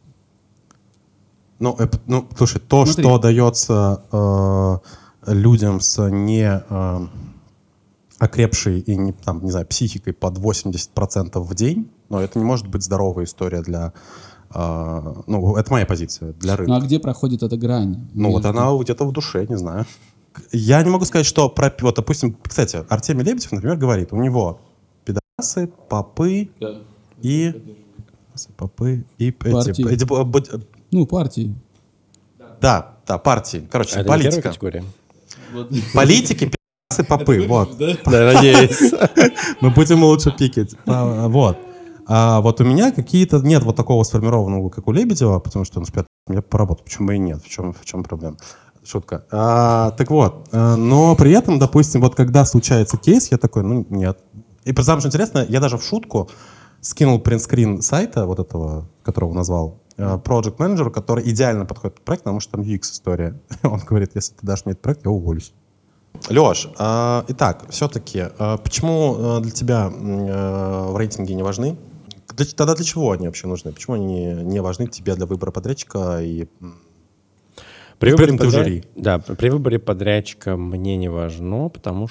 Слушай, что дается людям с не окрепшей и, не знаю, психикой под 80% в день, но это не может быть здоровая история для... это моя позиция, для рынка. А где проходит эта грань? Она где-то в душе, не знаю. Я не могу сказать, что... Вот, допустим, кстати, Артемий Лебедев, например, говорит, у него пидорасы, попы и... Попы и... партии. Да, партии. Короче, это политика. Не первая категория? Политики, пидорасы, попы. Вот. Да, надеюсь. Мы будем лучше пикать. Вот. А вот у меня какие-то... Нет вот такого сформированного, как у Лебедева, потому что он спят. Я поработал. Почему и нет? В чем проблема? Шутка. Так вот, но при этом, допустим, вот когда случается кейс, я такой, нет. И самое что интересно, я даже в шутку скинул принтскрин сайта вот этого, которого назвал, Project Manager, который идеально подходит под проект, потому что там UX-история. Он говорит, если ты дашь мне этот проект, я уволюсь. Леш, итак, все-таки, почему для тебя в рейтинге не важны? Тогда для чего они вообще нужны? Почему они не важны тебе для выбора подрядчика и... При выборе подрядчика мне не важно, потому что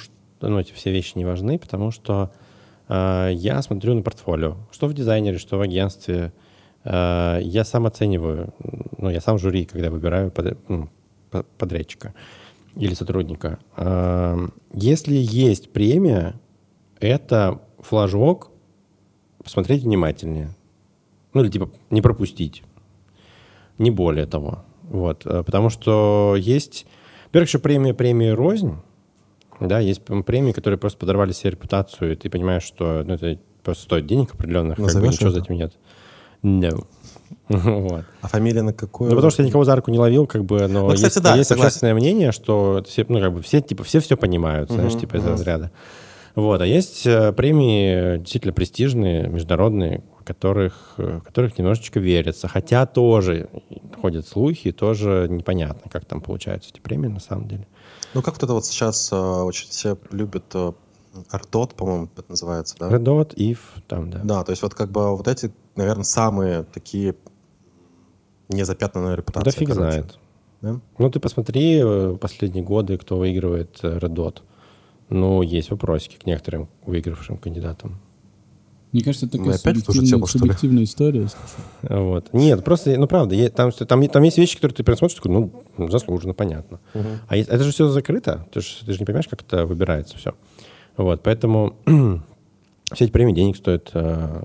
эти все вещи не важны, потому что я смотрю на портфолио, что в дизайнере, что в агентстве. Я сам оцениваю, я сам жюри, когда выбираю подрядчика или сотрудника. Если есть премия, это флажок посмотреть внимательнее. Или типа не пропустить. Не более того. Вот. Потому что есть... Во-первых, еще премии рознь. Да, есть премии, которые просто подорвали себе репутацию, и ты понимаешь, что это просто стоит денег определенных, ничего за этим нет. No. Вот. А фамилия на какую? Потому что я никого за руку не ловил, но кстати, есть общественное мнение, что все понимают, знаешь, типа из разряда. Вот. А есть премии действительно престижные, международные, которых немножечко верится. Хотя тоже ходят слухи, тоже непонятно, как там получаются эти премии на самом деле. Как вот это вот сейчас очень все любят Red, по-моему, это называется, да? Red, IF, там, да. Да, то есть вот эти, наверное, самые такие незапятнанные репутации. Да фиг знает. Да? Ты посмотри последние годы, кто выигрывает Red. Есть вопросики к некоторым выигравшим кандидатам. Мне кажется, это такая субъективная история. Вот. Нет, просто, правда, там есть вещи, которые ты прям смотришь, такой, заслуженно, понятно. А это же все закрыто. Ты же не понимаешь, как это выбирается все. Вот, поэтому все эти премии денег стоят.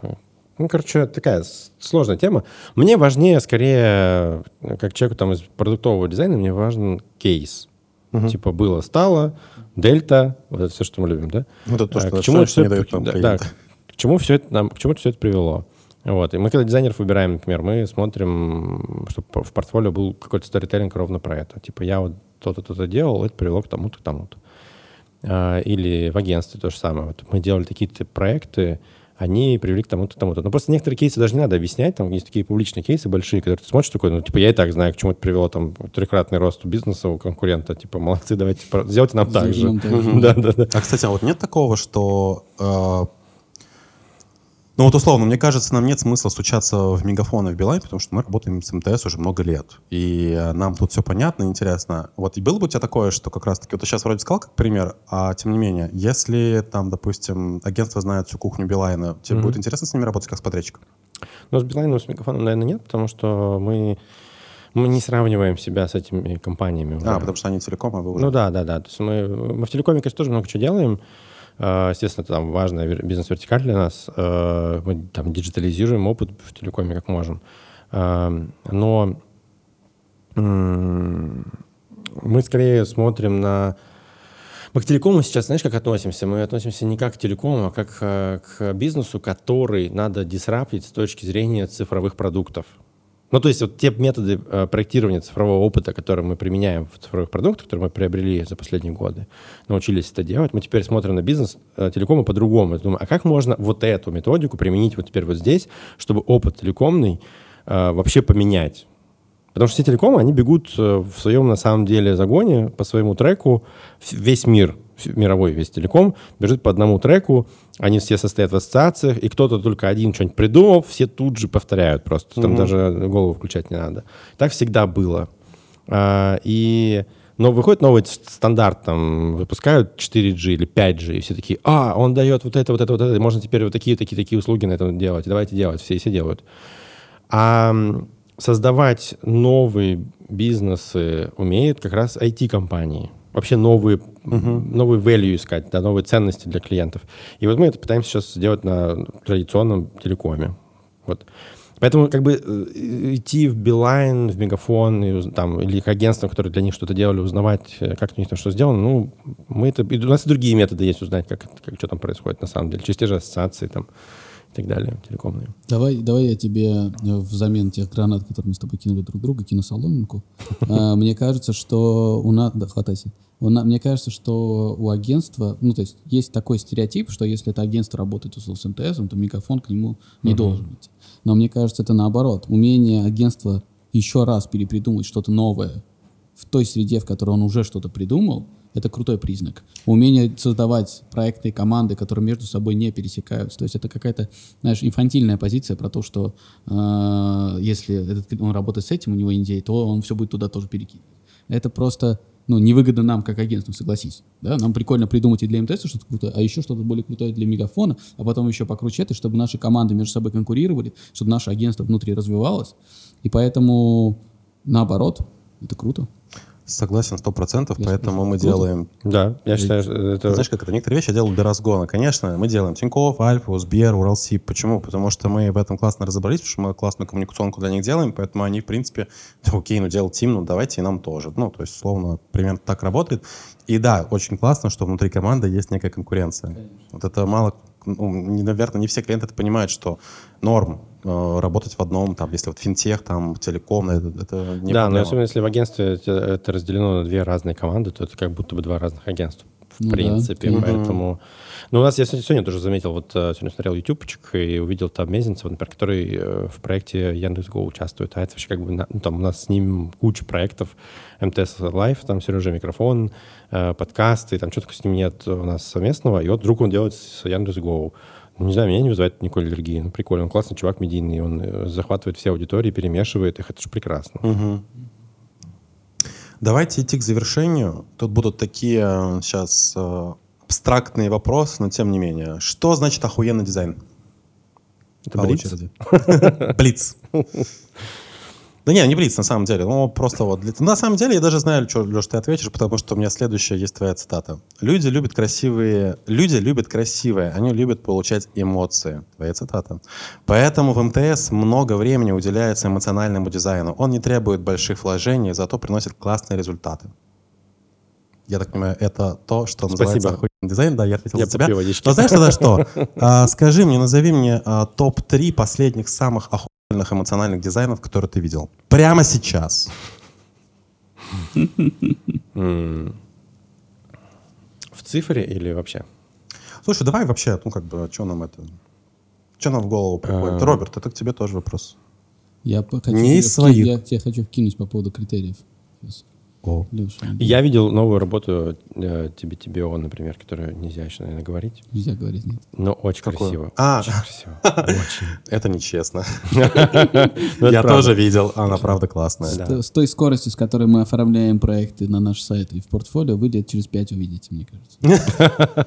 Такая сложная тема. Мне важнее, скорее, как человеку там из продуктового дизайна, мне важен кейс. Типа было, стало, дельта, вот это все, что мы любим, да? Это то, что не дают нам клиента. К чему все это привело? Вот. И мы, когда дизайнеров выбираем, например, мы смотрим, чтобы в портфолио был какой-то сторителлинг ровно про это. Типа я вот то-то делал, это привело к тому-то, к тому-то. Или в агентстве то же самое. Вот мы делали такие-то проекты, они привели к тому-то, к тому-то. Но просто некоторые кейсы даже не надо объяснять. Там есть такие публичные кейсы большие, которые ты смотришь такой, я и так знаю, к чему это привело, там, трехкратный рост бизнеса у конкурента. Типа, молодцы, давайте, сделайте нам так же. Да. А, кстати, вот нет такого, что... условно, мне кажется, нам нет смысла стучаться в Мегафон и в Билайн, потому что мы работаем с МТС уже много лет. И нам тут все понятно, интересно. Вот и было бы у тебя такое, что как раз-таки, вот ты сейчас вроде сказал как пример, а тем не менее, если там, допустим, агентство знает всю кухню Билайна, тебе будет интересно с ними работать как с подрядчиком? С Билайном, с Мегафоном, наверное, нет, потому что мы не сравниваем себя с этими компаниями. Потому что они телеком, а вы уже... Да. То есть мы в телекоме, конечно, тоже много чего делаем. Естественно, это там важная бизнес-вертикаль для нас. Мы там диджитализируем опыт в телекоме как можем. Но мы скорее смотрим на... Мы к телекому сейчас, знаешь, как относимся? Мы относимся не как к телекому, а как к бизнесу, который надо дисраптить с точки зрения цифровых продуктов. То есть вот те методы проектирования цифрового опыта, которые мы применяем в цифровых продуктах, которые мы приобрели за последние годы, научились это делать, мы теперь смотрим на бизнес телекома по-другому. Думаем, а как можно вот эту методику применить вот теперь вот здесь, чтобы опыт телекомный вообще поменять? Потому что все телекомы, они бегут в своем, на самом деле, загоне по своему треку. Весь мир, мировой весь телеком, бежит по одному треку. Они все состоят в ассоциациях, и кто-то только один что-нибудь придумал, все тут же повторяют просто. Там даже голову включать не надо. Так всегда было. Но выходит новый стандарт, там, выпускают 4G или 5G, и все такие, он дает вот это, можно теперь вот такие услуги на этом делать, давайте делать, все делают. Создавать новые бизнесы умеют как раз IT-компании. Вообще новые value искать, новые ценности для клиентов. И вот мы это пытаемся сейчас сделать на традиционном телекоме. Вот. Поэтому как бы идти в Билайн, в Мегафон или к агентствам, которые для них что-то делали, узнавать, как у них там что сделано, у нас и другие методы есть узнать, что там происходит на самом деле. Через те же ассоциации там. И так далее, телекомные. Давай я тебе взамен тех гранат, которые мы с тобой кинули друг друга, кину соломинку. Мне кажется, что у нас... Да, хватайся. Мне кажется, что у агентства... то есть есть такой стереотип, что если это агентство работает с МТС, то Мегафон к нему не должен идти. Но мне кажется, это наоборот. Умение агентства еще раз перепридумать что-то новое в той среде, в которой он уже что-то придумал, это крутой признак. Умение создавать проекты и команды, которые между собой не пересекаются. То есть это какая-то, инфантильная позиция про то, что если он работает с этим, у него идея, то он все будет туда тоже перекидывать. Это просто невыгодно нам, как агентству, согласись. Да? Нам прикольно придумать и для МТС что-то крутое, а еще что-то более крутое для Мегафона, а потом еще покруче это, чтобы наши команды между собой конкурировали, чтобы наше агентство внутри развивалось. И поэтому, наоборот, это круто. Согласен 100%, поэтому мы делаем... Да, я считаю, что это... Знаешь, как это? Некоторые вещи я делаю для разгона. Конечно, мы делаем Тинькофф, Альфу, Сбер, Уралсиб. Почему? Потому что мы в этом классно разобрались, потому что мы классную коммуникационку для них делаем, поэтому они, в принципе, окей, делать им, давайте и нам тоже. То есть, условно, примерно так работает. И да, очень классно, что внутри команды есть некая конкуренция. Конечно. Вот это мало... наверное, не все клиенты это понимают, что норм работать в одном, если финтех, телеком, это не проблема. Но особенно если в агентстве это разделено на две разные команды, то это как будто бы два разных агентства, в принципе. Да. Поэтому... у нас, я сегодня тоже заметил, сегодня смотрел ютубчик и увидел там Мезенцева, например, который в проекте Яндекс.Го участвует. А это вообще у нас с ним куча проектов, МТС Лайв, там Сережа Микрофон, подкасты, там что-то с ним нет у нас совместного. И вдруг он делает с Яндекс.Го. Не знаю, меня не вызывает никакой аллергии. Прикольно, он классный чувак, медийный, он захватывает все аудитории, перемешивает их, это же прекрасно. Угу. Давайте идти к завершению. Тут будут такие сейчас абстрактные вопросы, но тем не менее. Что значит охуенный дизайн? Это блиц? Блиц. Да не блиц на самом деле. Просто на самом деле я даже знаю, что, Леш, ты ответишь, потому что у меня следующая есть твоя цитата. Люди любят красивое, они любят получать эмоции. Твоя цитата. Поэтому в МТС много времени уделяется эмоциональному дизайну. Он не требует больших вложений, зато приносит классные результаты. Я так понимаю, это то, что называется охуенный дизайн. Да, я ответил за тебя. Но знаешь тогда что? Скажи мне, назови мне топ-3 последних самых охуенных эмоциональных дизайнов, которые ты видел. Прямо сейчас. В цифре или вообще? Слушай, давай вообще, что нам в голову приходит? Роберт, это к тебе тоже вопрос. Я тебе хочу вкинуть по поводу критериев. Леша, я видел новую работу TBTBO, например, которую нельзя еще, наверное, говорить. Нельзя говорить, нет. Но очень красиво. Очень красиво. Очень. Это нечестно. Я тоже видел, она правда классная. С той скоростью, с которой мы оформляем проекты на наш сайт и в портфолио, вы лет через 5 увидите, мне кажется.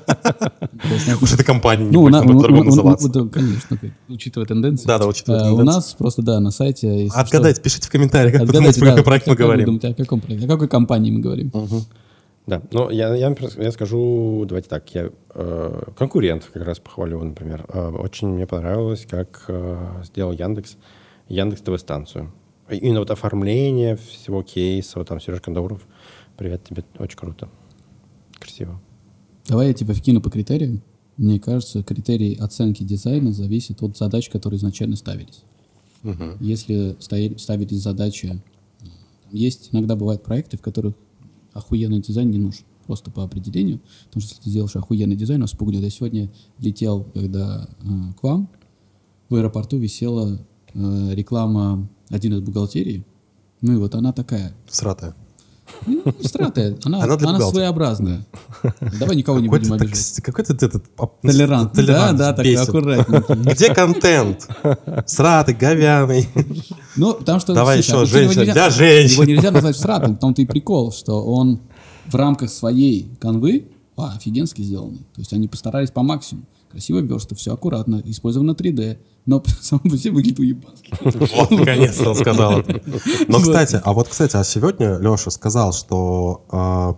Уж эта компания не будет по-другому называться. Конечно, учитывая тенденции. Да, учитывая тенденции. У нас просто, на сайте... Отгадайте, пишите в комментариях, как вы думаете, про какой проект мы говорим. О каком проекте? О какой компании мы говорим? Да, но я скажу, давайте так, я конкурент как раз похвалю, например. Очень мне понравилось, как сделал Яндекс ТВ-станцию. Именно оформление всего кейса, там Сережа Кандауров, привет тебе, очень круто, красиво. Давай я тебя вкину по критериям. Мне кажется, критерий оценки дизайна зависит от задач, которые изначально ставились. Если ставились задачи... Есть, иногда бывают проекты, в которых охуенный дизайн не нужен. Просто по определению. Потому что если ты сделаешь охуенный дизайн, вас пугнет. Я сегодня летел, когда к вам, в аэропорту висела реклама один из бухгалтерий. И вот она такая. Всратая. Стратая. Она своеобразная. Давай никого не будем обижать. Какой ты этот... Толерант. Да, такой аккуратненький. Где контент? Сратый, говяный. Потому что... Давай еще женщина для женщин. Его нельзя назвать сратым. В том-то и прикол, что он в рамках своей канвы офигенски сделанный. То есть они постарались по максимуму. Красиво верстано, все аккуратно, использовано 3D. Но сам по себе выглядит уебански. Вот, наконец-то он сказал это. Но, кстати, а сегодня Леша сказал, что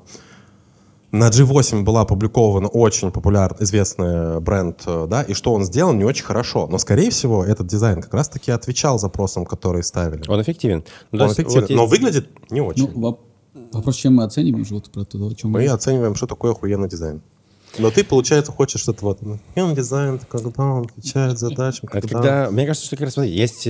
на G8 была опубликована очень популярный, известный бренд, да, и что он сделан не очень хорошо. Но, скорее всего, этот дизайн как раз-таки отвечал запросам, которые ставили. Он эффективен. Но выглядит не очень. Вопрос, чем мы оцениваем уже про то, о чем мы оцениваем, что такое охуенный дизайн. Но ты, получается, хочешь что-то дизайн, когда он отвечает задачам. Мне кажется, что как раз есть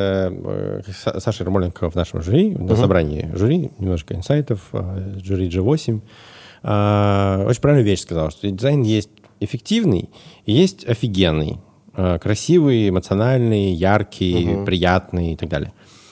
Саша Ермоленко в нашем жюри, на собрании жюри, немножко инсайтов, жюри G8. Очень правильную вещь сказал, что дизайн есть эффективный и есть офигенный. Красивый, эмоциональный, яркий, приятный и так далее.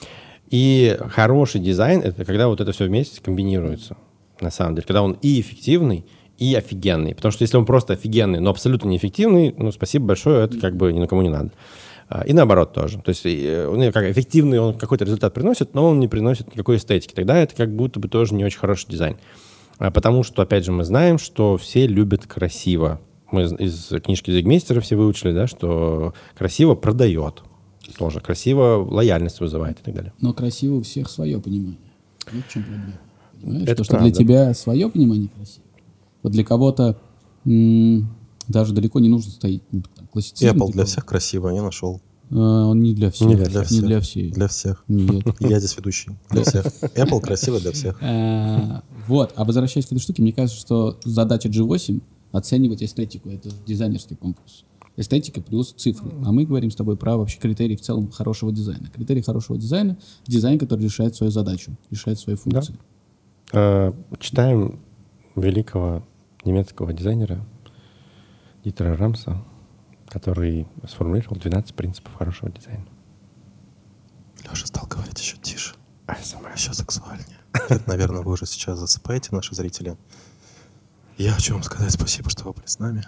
И хороший дизайн — это когда вот это все вместе комбинируется, на самом деле. Когда он и эффективный, и офигенный. Потому что если он просто офигенный, но абсолютно неэффективный, спасибо большое, это как бы никому не надо. И наоборот тоже. То есть он как эффективный, он какой-то результат приносит, но он не приносит никакой эстетики. Тогда это как будто бы тоже не очень хороший дизайн. Потому что, опять же, мы знаем, что все любят красиво. Мы из книжки Зигмейстера все выучили, да, что красиво продает. Тоже красиво лояльность вызывает и так далее. Но красиво у всех свое понимание. Вот в чем проблема. Понимаешь? Это что для тебя свое понимание красиво. Вот для кого-то даже далеко не нужно стоять классицизм. Apple для всех красиво, я нашел. Он не для всех. Не для всех. Не для всех. Для всех. Нет. Я здесь ведущий. Для всех. Apple красиво для всех. Вот. А возвращаясь к этой штуке, мне кажется, что задача G8 оценивать эстетику. Это дизайнерский конкурс. Эстетика плюс цифры. А мы говорим с тобой про вообще критерии в целом хорошего дизайна. Критерий хорошего дизайна — дизайн, который решает свою задачу, решает свои функции. Да. Читаем великого немецкого дизайнера Дитера Рамса, который сформулировал 12 принципов хорошего дизайна. Леша стал говорить еще тише. Еще сексуальнее. Это, наверное, вы уже сейчас засыпаете, наши зрители. Я хочу вам сказать спасибо, что вы были с нами.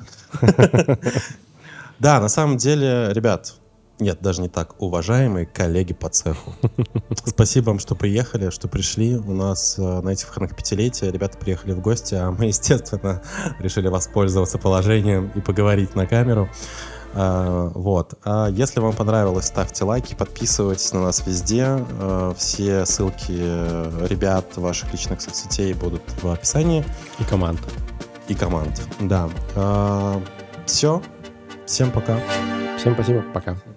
Да, на самом деле, ребят, нет, даже не так, уважаемые коллеги по цеху. Спасибо вам, что приехали, что пришли. У нас на этих выходных 5-летия ребята приехали в гости, а мы, естественно, решили воспользоваться положением и поговорить на камеру. Вот. А если вам понравилось, ставьте лайки, подписывайтесь на нас везде. Все ссылки ребят ваших личных соцсетей будут в описании. И команд. Да. Все. Всем пока. Всем спасибо. Пока.